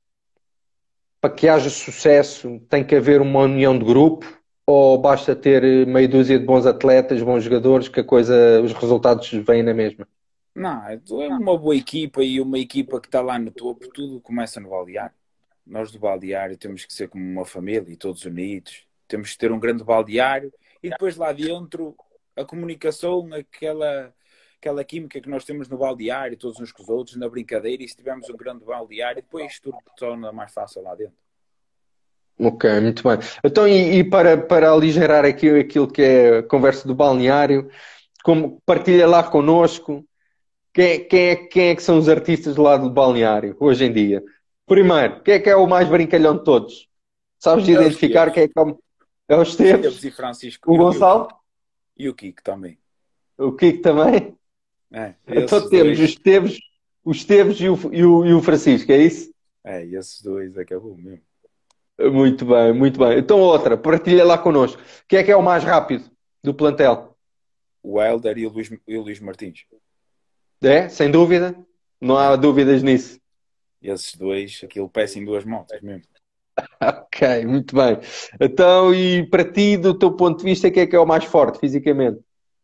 para que haja sucesso, tem que haver uma união de grupo? Ou basta ter meia dúzia de bons atletas, bons jogadores, que a coisa, os resultados vêm na mesma? Não, é é uma boa equipa e uma equipa que está lá no topo, tudo começa no balneário. Nós do balneário temos que ser como uma família e todos unidos. Temos que ter um grande balneário e depois lá dentro a comunicação, aquela, aquela química que nós temos no balneário, todos uns com os outros, na brincadeira, e se tivermos um grande balneário, depois tudo torna mais fácil lá dentro. Ok, muito bem. Então, e, e para, para aligerar aqui aquilo que é a conversa do balneário, como partilha lá connosco, quem, é- quem, é, quem é que são os artistas lá do balneário, hoje em dia? Primeiro, quem é que é o mais brincalhão de todos? Sabes É os identificar quem Teves. é que é o, é o Esteves Esteves, e Francisco o e o, e o Gonçalo, Kiko. E o Kiko também. o Kiko também? É, Então esses temos os dois. Esteves, os Esteves e o, e o, e o Francisco, é isso? É, esses dois acabou mesmo. Muito bem, muito bem. Então outra, partilha lá connosco. Quem é que é o mais rápido do plantel? O Helder e o Luís, e o Luís Martins. É, sem dúvida. Não há É, dúvidas nisso. esses dois, aquilo peça em duas motos mesmo. Ok, muito bem. Então, e para ti, do teu ponto de vista, quem é que é o mais forte fisicamente?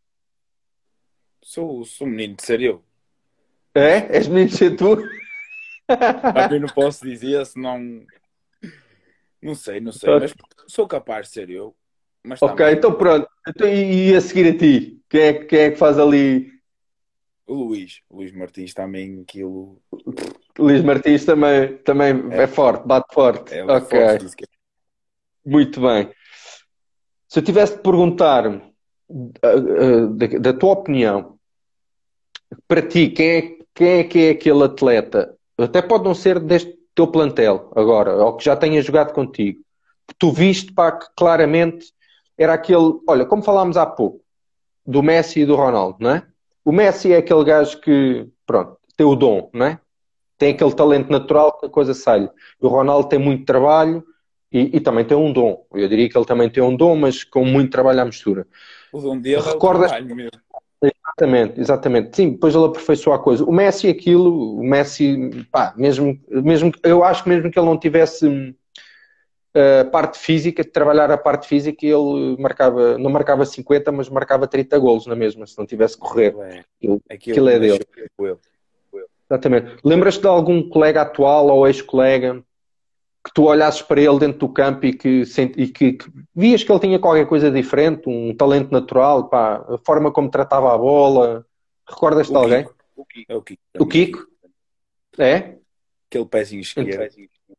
Sou, sou menino de ser eu, mas É? És menino de ser tu? também não posso dizer, senão não sei, não sei, mas sou capaz de ser eu, mas Ok, também então pronto. Então, e, e a seguir a ti? Quem é, que- quem é que faz ali? o Luís, o Luís Martins também aquilo Luís Martins também, também é é, forte, bate forte. é, é Ok, forte física. muito bem. Se eu tivesse de perguntar, uh, uh, da, da tua opinião, para ti, quem é, quem é que é aquele atleta? Até pode não ser deste teu plantel agora, ou que já tenha jogado contigo, que tu viste, pá, que claramente era aquele. Olha, como falámos há pouco, do Messi e do Ronaldo, não é? O Messi é aquele gajo que, pronto, tem o dom, não é? Tem aquele talento natural que a coisa sai. O Ronaldo tem muito trabalho e, e também tem um dom. Eu diria que ele também tem um dom, mas com muito trabalho à mistura. O dom dele é o Recordas? trabalho mesmo. Exatamente, exatamente. Sim, depois ele aperfeiçoou a coisa. O Messi, aquilo, o Messi, pá, mesmo, mesmo, eu acho que mesmo que ele não tivesse hum, a parte física, de trabalhar a parte física, ele marcava, não marcava cinquenta, mas marcava trinta golos na mesma, se não tivesse que correr. Aquilo é, Aquilo, aquilo aquilo é dele. nasceu com ele. Exatamente. Lembras-te de algum colega atual ou ex-colega que tu olhasses para ele dentro do campo e que, sent- e que, que vias que ele tinha qualquer coisa diferente, um talento natural, pá, a forma como tratava a bola? Recordas-te de O alguém? Kiko, é o Kiko, para O mim é o Kiko. Kiko? É? Aquele pezinho esquerdo.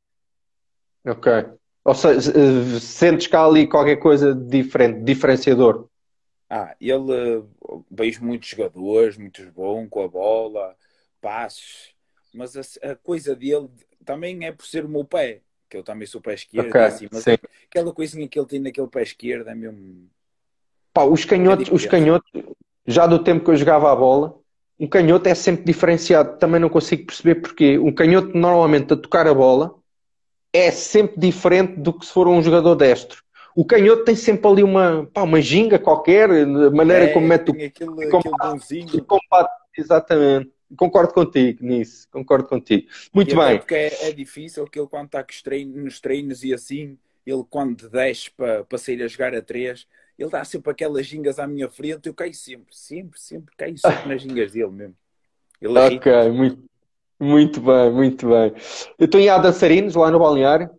Ok. Ou seja, eh, sentes cá ali qualquer coisa diferente, diferenciador. Ah, ele uh, vejo muitos jogadores, muitos bons com a bola, passos, mas a, a coisa dele também é por ser o meu pé, que eu também sou pé Ok, esquerdo e assim, mas sim. é, aquela coisinha que ele tem naquele pé esquerdo é mesmo. Pá, os É canhotos, os diferente. canhotos, já do tempo que eu jogava a bola, um canhoto é sempre diferenciado. Também não consigo perceber porquê. Um canhoto normalmente a tocar a bola é sempre diferente do que se for um jogador destro. O canhoto tem sempre ali uma, pá, uma ginga qualquer, a maneira como É, mete o tem aquele, e aquele combate, e donzinho, combate. Exatamente. Concordo contigo nisso. Concordo contigo. e Muito até bem. porque é, é difícil que ele quando está com os treinos, nos treinos e assim, ele quando desce para, para sair a jogar a três, ele dá sempre aquelas gingas à minha frente, eu caio sempre, sempre, sempre, caio sempre nas gingas dele mesmo. Ele Ok, irrita-me. muito, muito bem, muito bem. Eu estou em há dançarinos lá no balneário.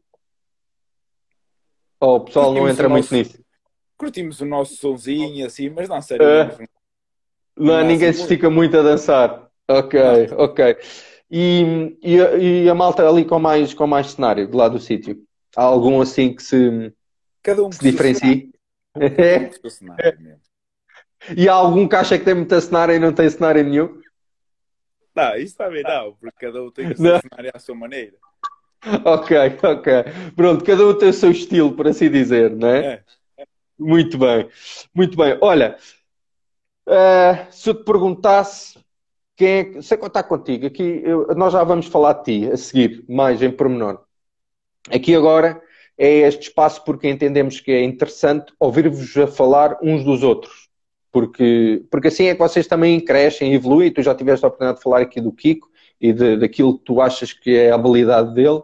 Oh, o pessoal não Curtimos o entra muito nosso, nisso. curtimos o nosso sonzinho assim, mas dançarinos, Ah, não não, há assim ninguém se muito. estica muito a dançar. Ok, Não, ok. E, e, a- e a malta ali com mais, com mais cenário, do lado do sítio. Há algum assim que se, Cada um que com se o seu cenário. diferencie? Cada um com o seu cenário mesmo. E há algum que acha que tem muita cenário e não tem cenário nenhum? Não, isso também não, porque cada um tem o seu Não? cenário à sua maneira. Ok, ok. Pronto, cada um tem o seu estilo, por assim dizer, não é? É. Muito bem, muito bem. Olha, ah, se eu te perguntasse quem é que. Sei contar contigo, aqui eu- nós já vamos falar de ti a seguir, mais em pormenor. Aqui agora é este espaço porque entendemos que é interessante ouvir-vos a falar uns dos outros. Porque, porque assim é que vocês também crescem e evoluem. Tu já tiveste a oportunidade de falar aqui do Kiko e de, daquilo que tu achas que é a habilidade dele.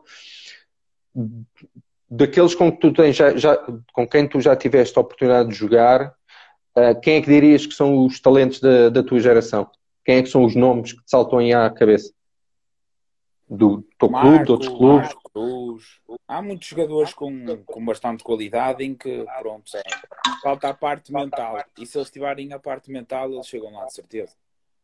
Daqueles com que tu tens já, já- com quem tu já tiveste a oportunidade de jogar, uh, quem é que dirias que são os talentos da, da tua geração? Quem é que são os nomes que te saltam aí à cabeça? Do teu clube, de outros Marco, clubes? Marco Cruz. Há muitos jogadores com, com bastante qualidade em que, pronto, é, falta a parte mental. E se eles tiverem a parte mental, eles chegam lá de certeza.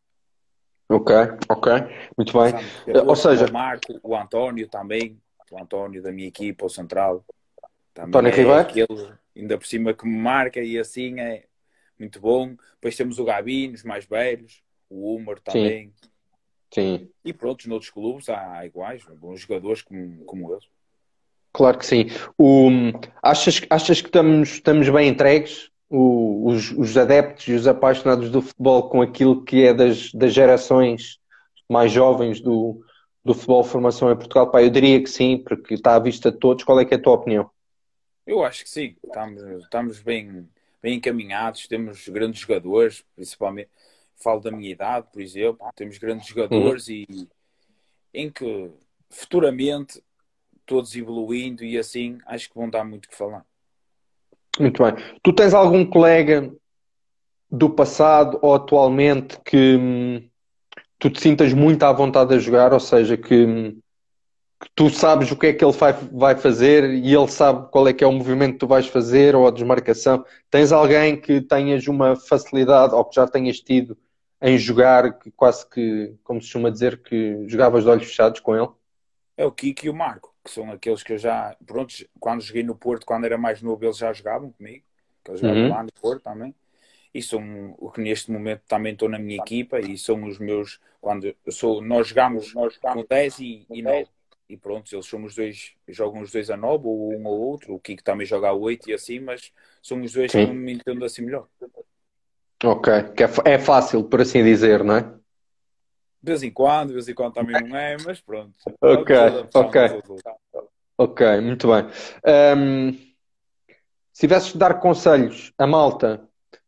Ok, ok, muito bem. Mas há muitos Uh, ou jogadores como seja, o Marco, o António também. O António da minha equipa, o Central, também António é Ribeiro? aquele, ainda por cima, que me marca e assim é muito bom. Depois temos o Gabi, os mais velhos, o Humor Sim, também. sim, E pronto, noutros clubes há iguais, bons jogadores como, como eles. claro que sim. O, achas, achas que estamos, estamos bem entregues, o- os, os adeptos e os apaixonados do futebol, com aquilo que é das, das gerações mais jovens do, do futebol de formação em Portugal? Pá, eu diria que sim, porque está à vista de todos. Qual é que é a tua opinião? Eu acho que sim, estamos, estamos bem, bem encaminhados, temos grandes jogadores, principalmente, falo da minha idade, por exemplo, temos grandes Uhum. jogadores e em que futuramente todos evoluindo e assim, acho que vão dar muito o que falar. Muito bem. Tu tens algum colega do passado ou atualmente que hum, tu te sintas muito à vontade a jogar, ou seja, que, hum, que tu sabes o que é que ele vai, vai fazer e ele sabe qual é que é o movimento que tu vais fazer ou a desmarcação? Tens alguém que tenhas uma facilidade ou que já tenhas tido em jogar, que quase que, como se costuma dizer, que jogavas de olhos fechados com ele? É o Kiko e o Marco, que são aqueles que eu já, pronto, quando joguei no Porto, quando era mais novo, eles já jogavam comigo, que eles jogavam lá Uhum. no Porto também. E são o que neste momento também estou na minha equipa e são os meus, quando eu sou, nós jogamos com dez e, e nove. E pronto, eles são os dois, jogam os dois a nove, ou um ou outro, o Kiko também joga a oito e assim, mas são os dois que Sim. me entendo assim melhor. Ok. Que é, f- é fácil, por assim dizer, não é? De vez em quando, de vez em quando também não é, mas pronto, Ok, vamos ok, adaptando uns aos outros. ok, muito bem. Ahm, se tivesses de dar conselhos a malta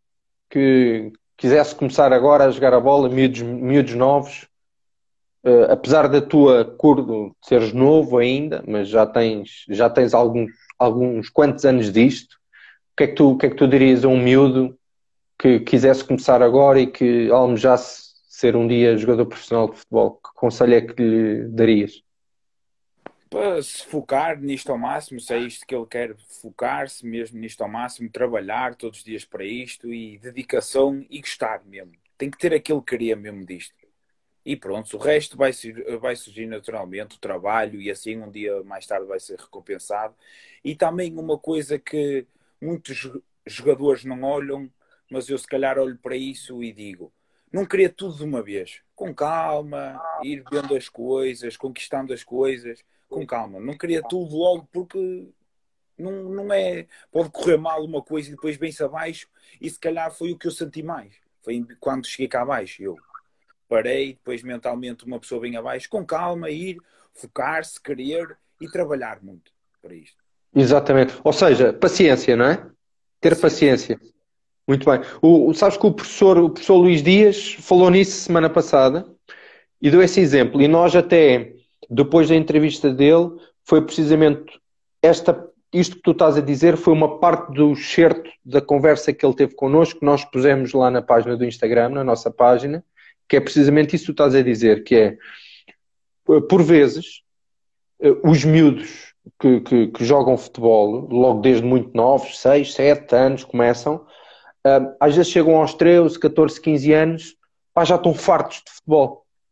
que quisesse começar agora a jogar a bola, miúdos, miúdos novos, eh, apesar da tua curva de seres novo ainda, mas já tens, já tens alguns, alguns quantos anos disto, o que é que tu, o que é que tu dirias a um miúdo que quisesse começar agora e que almejasse ser um dia jogador profissional de futebol? Que conselho é que lhe darias? Para se focar nisto ao máximo, se é isto que ele quer, focar-se mesmo nisto ao máximo, trabalhar todos os dias para isto e dedicação e gostar mesmo. Tem que ter aquele que queria mesmo disto. E pronto, o resto vai, sur- vai surgir naturalmente, o trabalho e assim um dia mais tarde vai ser recompensado. E também uma coisa que muitos jo- jogadores não olham, mas eu se calhar olho para isso e digo, não queria tudo de uma vez. Com calma, ir vendo as coisas, conquistando as coisas, com calma. Não queria tudo logo porque não, não é. Pode correr mal uma coisa e depois vem-se abaixo e se calhar foi o que eu senti mais. Foi quando cheguei cá abaixo. Eu parei, depois mentalmente uma pessoa vem abaixo, com calma, ir, focar-se, querer e trabalhar muito para isto. Exatamente. Ou seja, paciência, não é? Ter Paciência. paciência. Muito bem. O, o- sabes que o professor, o professor Luís Dias falou nisso semana passada e deu esse exemplo. E nós até, depois da entrevista dele, foi precisamente esta, isto que tu estás a dizer, foi uma parte do excerto da conversa que ele teve connosco, que nós pusemos lá na página do Instagram, na nossa página, que é precisamente isso que tu estás a dizer, que é, por vezes, eh, os miúdos que, que, que jogam futebol, logo desde muito novos, seis sete anos, começam, ah, às vezes chegam aos treze catorze quinze anos, pá, já estão fartos de futebol.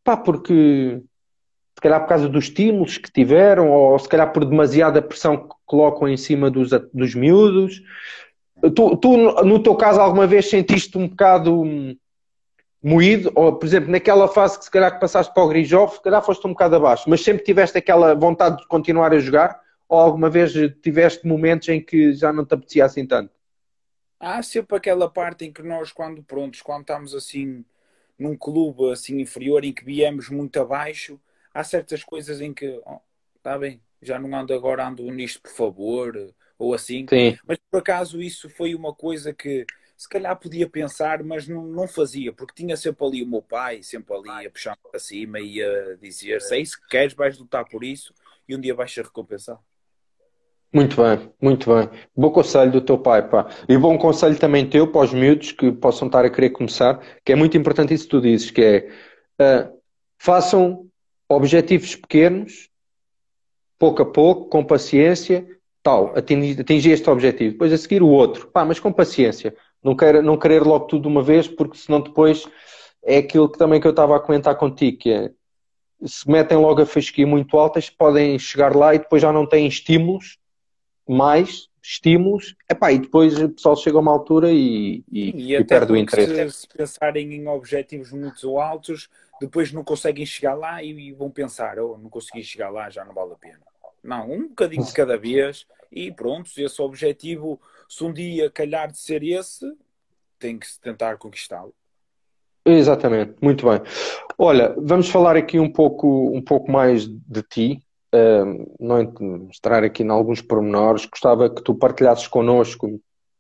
Pá, porque se calhar por causa dos estímulos que tiveram, ou se calhar por demasiada pressão que colocam em cima dos, dos miúdos. Tu, tu, no teu caso, alguma vez sentiste um bocado hum, moído? Ou, por exemplo, naquela fase que se calhar que passaste para o Grijov, se calhar foste um bocado abaixo, mas sempre tiveste aquela vontade de continuar a jogar? Ou alguma vez tiveste momentos em que já não te apetecia assim tanto? Há sempre aquela parte em que nós, quando prontos, quando estamos assim num clube assim inferior, em que viemos muito abaixo, há certas coisas em que, oh, está bem, já não ando agora, ando nisto, por favor, ou assim. Sim, Mas por acaso isso foi uma coisa que se calhar podia pensar, mas não, não fazia, porque tinha sempre ali o meu pai, sempre ali a puxar para cima e a dizer: se é isso que queres, vais lutar por isso e um dia vais ser recompensado. muito bem, muito bem. Bom conselho do teu pai, pá. E bom conselho também teu para os miúdos que possam estar a querer começar, que é muito importante isso que tu dizes, que é ah, façam objetivos pequenos, pouco a pouco, com paciência, tal, atingir, atingir este objetivo. Depois a seguir o outro, pá, mas com paciência. Não querer, não querer logo tudo de uma vez, porque senão depois é aquilo que também que eu estava a comentar contigo, que é, se metem logo a fasquia muito altas, podem chegar lá e depois já não têm estímulos, mais estímulos, epá, e depois o pessoal chega a uma altura e, Sim, e, e e até perde o porque interesse. se, se pensarem em objetivos muito altos, depois não conseguem chegar lá e, e vão pensar: oh, não consegui chegar lá, já não vale a pena. Não, um bocadinho de cada vez e pronto, se esse objetivo, se um dia calhar de ser esse, tem que se tentar conquistá-lo. Exatamente, muito bem. Olha, vamos falar aqui um pouco, um pouco mais de ti, Ahm, não ent- entrar aqui em alguns pormenores. Gostava que tu partilhasses connosco,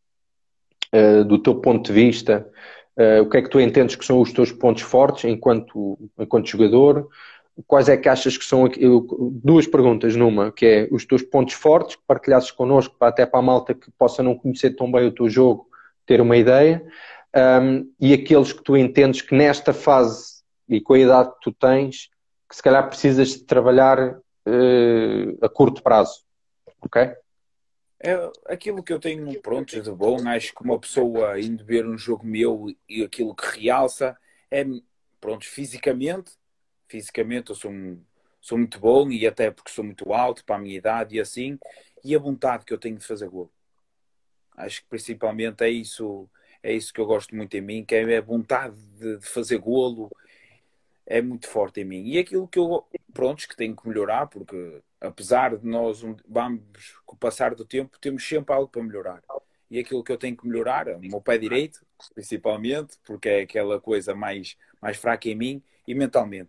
ah, do teu ponto de vista, ah, o que é que tu entendes que são os teus pontos fortes enquanto, enquanto jogador? Quais é que achas que são aqui- eu- duas perguntas numa, que é os teus pontos fortes, que partilhasses connosco, para- até para a malta que possa não conhecer tão bem o teu jogo, ter uma ideia, um, e aqueles que tu entendes que nesta fase e com a idade que tu tens, que se calhar precisas de trabalhar eh, a curto prazo, ok? É aquilo que eu tenho pronto de bom, acho que uma pessoa indo ver um jogo meu e aquilo que realça é pronto, fisicamente, fisicamente eu sou, um- sou muito bom e até porque sou muito alto para a minha idade e assim, e a vontade que eu tenho de fazer gol. Acho que principalmente é isso, é isso que eu gosto muito em mim, que é a vontade de, de fazer golo, é muito forte em mim. E aquilo que eu, pronto, que tenho que melhorar, porque apesar de nós um- vamos, com o passar do tempo, temos sempre algo para melhorar. E aquilo que eu tenho que melhorar é o meu pé direito, principalmente, porque é aquela coisa mais, mais fraca em mim, e mentalmente.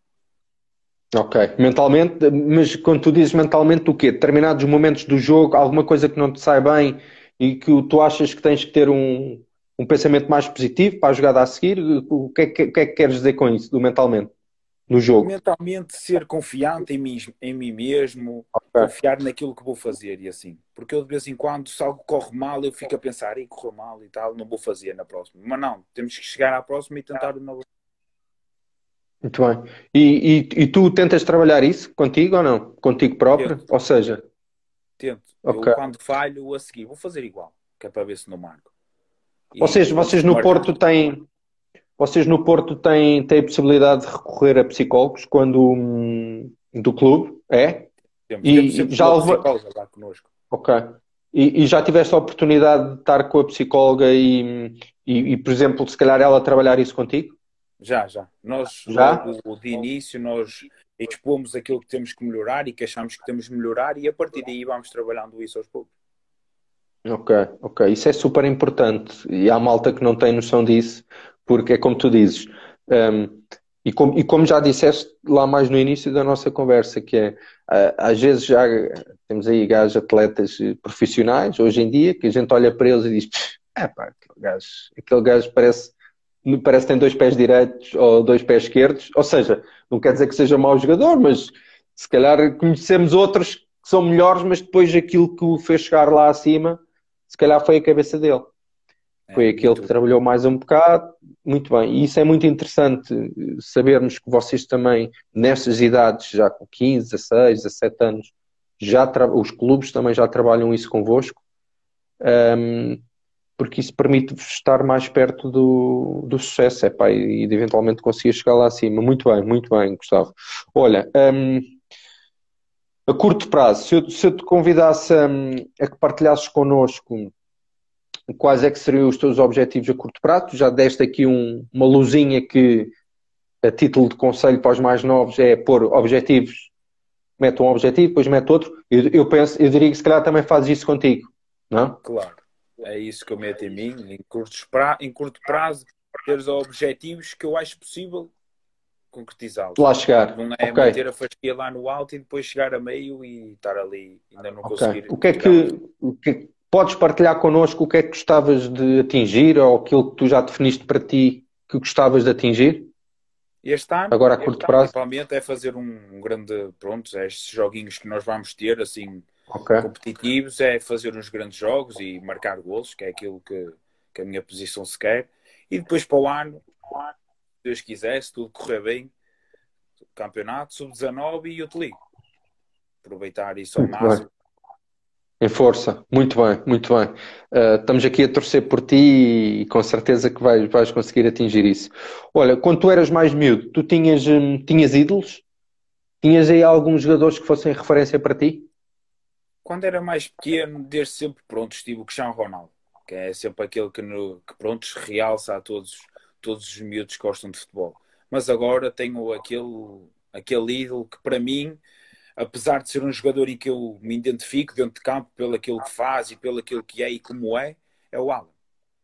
Ok, mentalmente, mas quando tu dizes mentalmente o quê? Determinados momentos do jogo, alguma coisa que não te sai bem e que tu achas que tens que ter um, um pensamento mais positivo para a jogada a seguir, o que é que, o que é que queres dizer com isso, do mentalmente, no jogo? Mentalmente ser confiante em mim, em mim mesmo, Ok. confiar naquilo que vou fazer e assim. Porque eu de vez em quando, se algo corre mal, eu fico a pensar: e correu mal e tal, não vou fazer na próxima. Mas não, temos que chegar à próxima e tentar de novo. Muito bem. E, e, e tu tentas trabalhar isso contigo ou não? Contigo próprio? Tento, Ou seja, tento. Eu ok. quando falho a seguir, vou fazer igual, que é para ver se não marco. E Vocês, pronto, vocês se no marcar, Porto têm, vocês no Porto têm, têm a possibilidade de recorrer a psicólogos quando hum, do clube, é? temos. Temos E, e sempre já uma houve, psicóloga lá connosco. ok. E, e já tiveste a oportunidade de estar com a psicóloga e, e, e, por exemplo, se calhar ela trabalhar isso contigo? Já, já. Nós, Já? logo de início, nós expomos aquilo que temos que melhorar e que achamos que temos que melhorar e a partir daí vamos trabalhando isso aos poucos. Ok, ok. Isso é super importante. E há malta que não tem noção disso, porque é como tu dizes. hum, e, como, e como já disseste lá mais no início da nossa conversa, que é, ah, às vezes já temos aí gajos atletas eh, profissionais, hoje em dia, que a gente olha para eles e diz, é pá, aquele gajo, aquele gajo parece, parece que tem dois pés direitos ou dois pés esquerdos. Ou seja, não quer dizer que seja mau jogador, mas se calhar conhecemos outros que são melhores, mas depois aquilo que o fez chegar lá acima se calhar foi a cabeça dele. Foi É aquele que muito. trabalhou mais um bocado. Muito bem. E isso é muito interessante, eh, sabermos que vocês também, nestas idades, já com quinze, dezasseis, dezassete anos, já tra- os clubes também já trabalham isso convosco. Um, porque isso permite-vos estar mais perto do, do sucesso, epá, e de eventualmente conseguir chegar lá acima. Muito bem, muito bem, Gustavo. Olha, hum, a curto prazo, se eu, se eu te convidasse hum, a que partilhasses connosco quais é que seriam os teus objetivos a curto prazo, já deste aqui um- uma luzinha que, a título de conselho para os mais novos, é pôr objetivos, mete um objetivo, depois mete outro. Eu, eu penso, eu diria que se calhar também fazes isso contigo, não? Claro, é isso que eu meto em mim, em, curtos pra... em curto prazo, ter os objetivos que eu acho possível concretizá-los. Lá chegar. Não é Ok, manter a fasquia lá no alto e depois chegar a meio e estar ali, ainda não ok. conseguir O que é chegar lá. que, o que é que- podes partilhar connosco o que é que gostavas de atingir ou aquilo que tu já definiste para ti que gostavas de atingir, Este ano, agora a curto prazo? principalmente, é fazer um, um grande, pronto, é estes joguinhos que nós vamos ter, assim, Ok, competitivos, é fazer uns grandes jogos e marcar golos, que é aquilo que, que a minha posição se quer. E depois para o ano, se Deus quiser, se tudo correr bem, campeonato, sub dezanove e eu te ligo. Aproveitar isso ao muito bem. máximo. Em força, muito bem, muito bem. Uh, estamos aqui a torcer por ti e com certeza que vais, vais conseguir atingir isso. Olha, quando tu eras mais miúdo, tu tinhas, hum, tinhas ídolos? Tinhas aí alguns jogadores que fossem referência para ti? Quando era mais pequeno, desde sempre, pronto, estive o Cristiano Ronaldo, que é sempre aquele que, no, que pronto, realça a todos, todos os miúdos que gostam de futebol. Mas agora tenho aquele, aquele ídolo que para mim, apesar de ser um jogador em que eu me identifico dentro de campo pelo aquilo que faz e pelo aquilo que é e como é, é o Alan.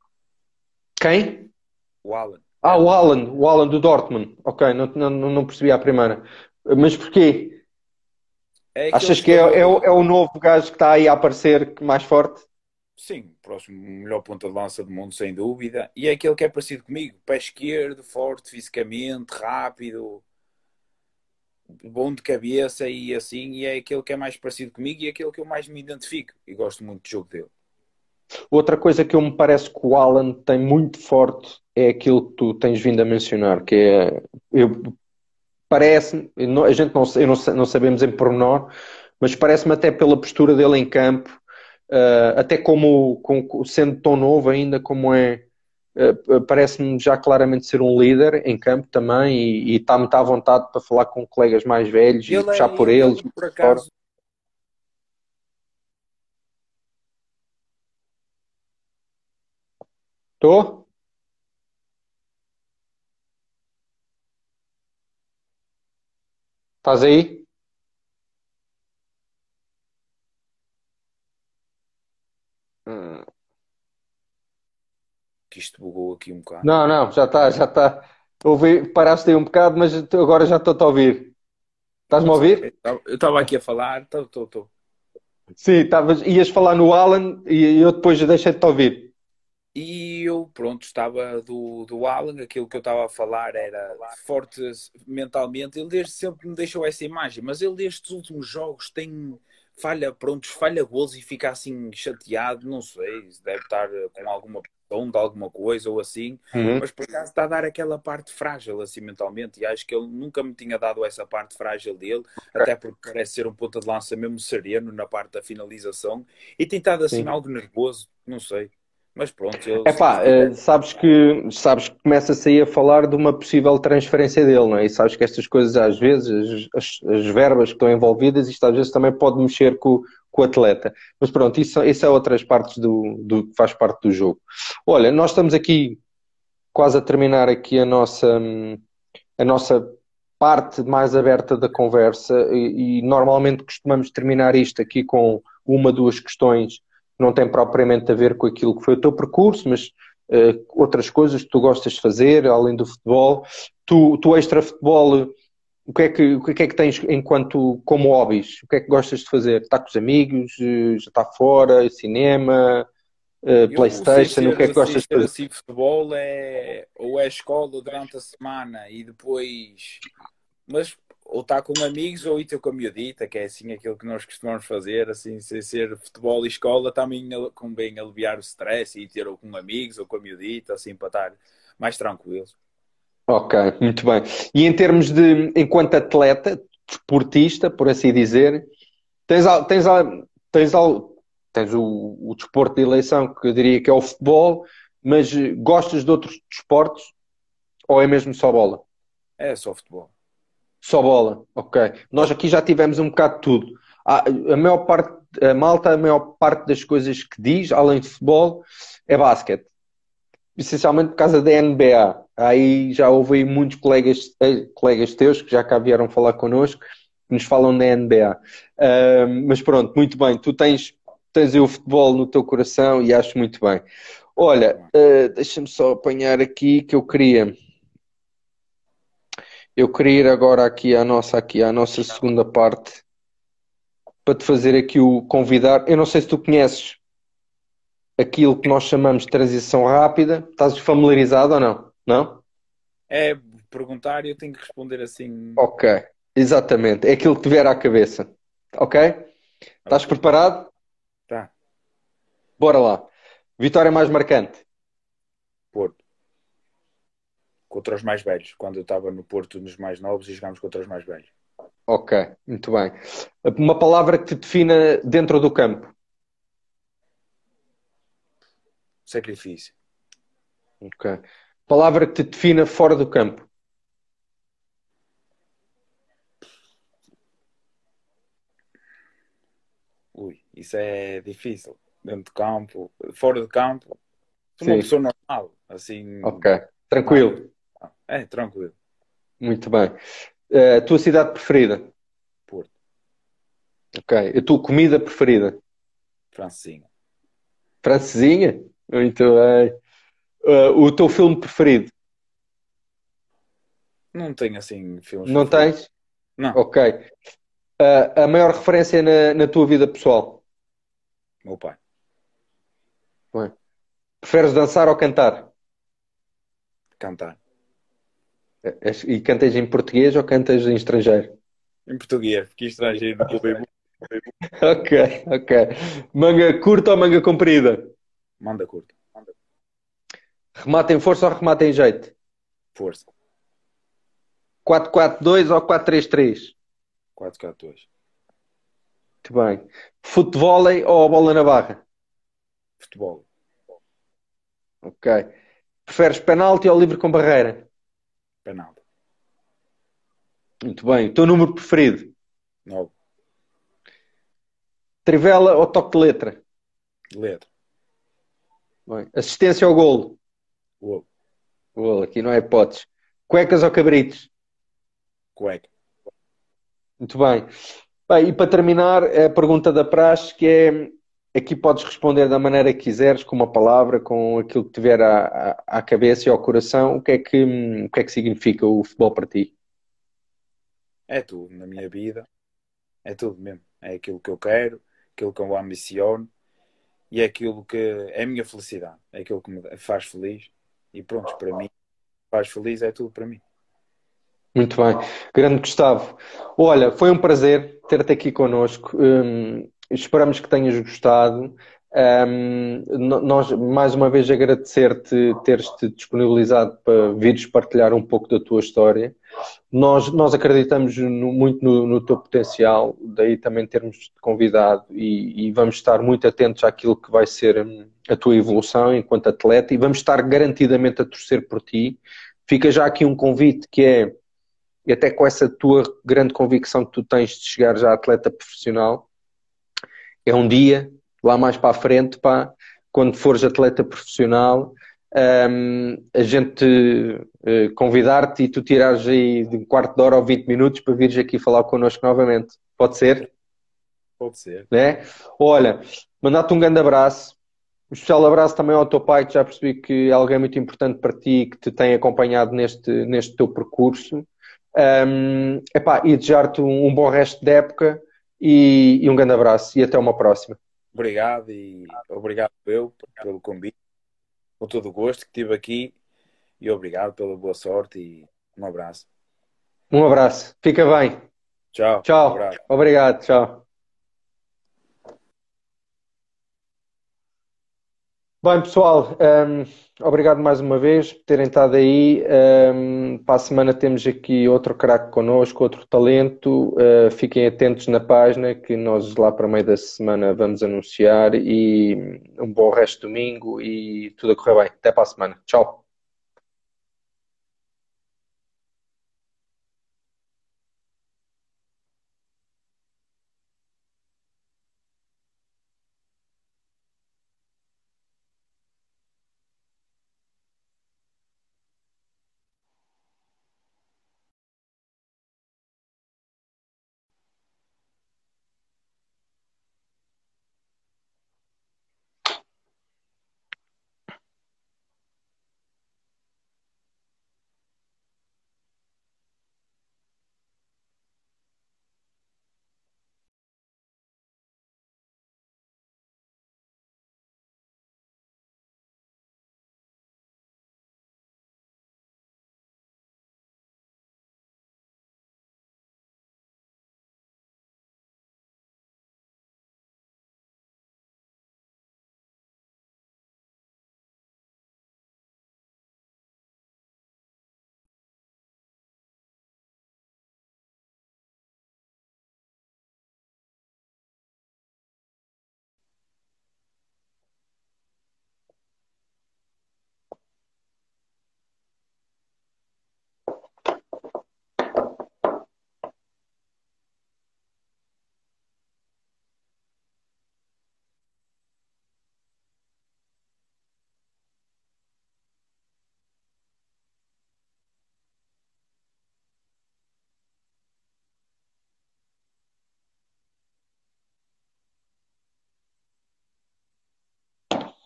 Quem? O Alan. Ah, É o o, Alan, o Alan do Dortmund. Ok, não, não, não percebi a primeira. Mas porquê? é aquele Achas que é, jogador, é, o, é o novo gajo que está aí a aparecer mais forte? sim, próximo melhor ponta de lança do mundo, sem dúvida. E é aquele que é parecido comigo. Pé esquerdo, forte fisicamente, rápido, bom de cabeça e assim. E é aquele que é mais parecido comigo e é aquele que eu mais me identifico. E gosto muito do jogo dele. Outra coisa que eu me parece que o Alan tem muito forte é aquilo que tu tens vindo a mencionar, que é, eu, parece-me, eu não- a gente não, eu não, sa- não sabemos em pormenor, mas parece-me até pela postura dele em campo, eh, até como, como- sendo tão novo ainda como é, eh, parece-me já claramente ser um líder em campo também e, e está muito à vontade para falar com colegas mais velhos e Ele, puxar é, por ele, eles. ele por Fora. acaso, Estou? Estás aí? Hum. que isto bugou aqui um bocado. Não, não, já está, já está. Ouvi, paraste aí um bocado, mas agora já estou a ouvir. Estás-me a Pronto, ouvir? eu estava aqui a falar, estou, estou, estou. Sim, estavas, ias falar no Alan e eu depois deixei-te ouvir. E eu, pronto, estava do, do Alan, aquilo que eu estava a falar era forte mentalmente. Ele desde sempre me deixou essa imagem, mas ele destes últimos jogos tem falha, pronto, falha golos e fica assim chateado, não sei, se deve estar com alguma pressão de alguma coisa ou assim, Uhum. mas por acaso está a dar aquela parte frágil assim mentalmente e acho que ele nunca me tinha dado essa parte frágil dele, até porque parece ser um ponta de lança mesmo sereno na parte da finalização e tem estado assim Sim. algo nervoso, não sei. Mas pronto, ele se Deus Epá, eh, quiser. sabes que, sabes que começa-se aí a falar de uma possível transferência dele, não é? E sabes que estas coisas às vezes, as, as, as verbas que estão envolvidas, isto às vezes também pode mexer com, com o atleta. Mas pronto, isso, isso é outras partes do, do que faz parte do jogo. Olha, nós estamos aqui quase a terminar aqui a nossa, hum, a nossa parte mais aberta da conversa e, e normalmente costumamos terminar isto aqui com uma, duas questões que não têm propriamente a ver com aquilo que foi o teu percurso, mas uh, outras coisas que tu gostas de fazer, além do futebol. Tu, tu extra-futebol, o que, é que, o que é que tens enquanto, como hobbies? O que é que gostas de fazer? Está com os amigos? Uh, já está fora? Cinema? Uh, Eu, sem PlayStation? O que é que ser, sem gostas de ser fazer? assim futebol, é ou é escola durante a semana e depois, mas ou está com amigos ou ir ter com a miudita, que é assim aquilo que nós costumamos fazer, assim, sem ser futebol e escola, também convém aliviar o stress e ir ter ou com amigos ou com a miudita, assim, para estar mais tranquilos. Ok, muito bem. E em termos de, enquanto atleta, desportista, por assim dizer, tens, al- tens, al- tens al- tens o, o desporto de eleição, que eu diria que é o futebol, mas eh, gostas de outros desportos ou é mesmo só bola? É só futebol. Só bola, ok. Nós Só- aqui já tivemos um bocado de tudo. Há- a maior parte, a malta, a maior parte das coisas que diz, além de futebol, é basquete. Essencialmente por causa da N B A. Aí já houve aí muitos colegas, eh, colegas teus que já cá vieram falar connosco, que nos falam da N B A. Ah, mas pronto, muito bem. Tu tens, tens aí o futebol no teu coração e acho muito bem. Olha, ah, deixa-me só apanhar aqui que eu queria. Eu queria ir agora aqui à nossa, aqui à nossa segunda parte para te fazer aqui o convidar. Eu não sei se tu conheces aquilo que nós chamamos de transição rápida. Estás familiarizado ou não? Não? É perguntar e eu tenho que responder assim. Ok, exatamente. É aquilo que te vier à cabeça. Ok? Estás Ok, preparado? tá. Bora lá. Vitória mais marcante. Porto. Contra os mais velhos. Quando eu estava no Porto nos mais novos e jogámos contra os mais velhos. Ok, muito bem. Uma palavra que te defina dentro do campo. Sacrifício. Ok. Palavra que te defina fora do campo. Ui, isso é difícil. Dentro de campo, fora de campo, sou uma Sim. pessoa normal. Assim, Ok. nada. Tranquilo. É, tranquilo. Muito bem. Eh, a tua cidade preferida? Porto. Ok. A tua comida preferida? Francesinha. Francesinha? Muito bem. Eh, o teu filme preferido? Não tenho assim filmes Não preferidos. tens? Não. Ok. Eh, a maior referência na, na tua vida pessoal? Meu pai. Bem. Preferes dançar ou cantar? Cantar. Eh, és- E cantas em português ou cantas em estrangeiro? Em português, porque estrangeiro nunca ouvi muito. Ok, ok. Manga curta ou manga comprida? Manda curto. Remata em força ou remata em jeito? Força. quatro quatro dois ou quatro três três? quatro quatro dois. Muito bem. Futevôlei ou bola na barra? Futebol. Ok. Preferes penalti ou livre com barreira? Penalti. Muito bem. O teu número preferido? Novo. Trivela ou toque de letra? Letra. Bem. Assistência ao golo? Ovo. Golo, aqui não há hipóteses. Cuecas ou cabritos? Cueca. Muito bem. Bem, e para terminar, a pergunta da praxe, que é, aqui podes responder da maneira que quiseres, com uma palavra, com aquilo que te vier à, à, à cabeça e ao coração, o que é que, o que é que significa o futebol para ti? É tudo na minha vida. É tudo mesmo. É aquilo que eu quero, aquilo que eu ambiciono e é aquilo que é a minha felicidade. É aquilo que me faz feliz. E pronto, para mim, faz feliz é tudo para mim. Muito bem. Grande Gustavo. Olha, foi um prazer ter-te aqui connosco. Hum, esperamos que tenhas gostado. Hum, no- nós, mais uma vez, agradecer-te teres-te disponibilizado para vires partilhar um pouco da tua história. Nós, nós acreditamos no- muito no, no teu potencial, daí também termos-te convidado e, e vamos estar muito atentos àquilo que vai ser hum, a tua evolução enquanto atleta e vamos estar garantidamente a torcer por ti. Fica já aqui um convite que é e até com essa tua grande convicção que tu tens de chegar já atleta profissional, é um dia, lá mais para a frente, pá, quando fores atleta profissional, hum, a gente eh, convidar-te e tu tirares aí de um quarto de hora ou vinte minutos para vires aqui falar connosco novamente. Pode ser? Pode ser. Né? Olha, mandar-te um grande abraço. Um especial abraço também ao teu pai, que já percebi que é alguém muito importante para ti e que te tem acompanhado neste, neste teu percurso. Um, epá, e desejar-te um, um bom resto de época e, e um grande abraço e até uma próxima. Obrigado e obrigado eu pelo convite, com todo o gosto que tive aqui e obrigado pela boa sorte e um abraço. Um abraço. Fica bem. Tchau. Um Tchau. abraço. Obrigado. Tchau. Bem, pessoal, um, obrigado mais uma vez por terem estado aí. Um, para a semana temos aqui outro craque connosco, outro talento. Uh, fiquem atentos na página que nós lá para o meio da semana vamos anunciar. E um bom resto de domingo e tudo a correr bem. Até para a semana. Tchau.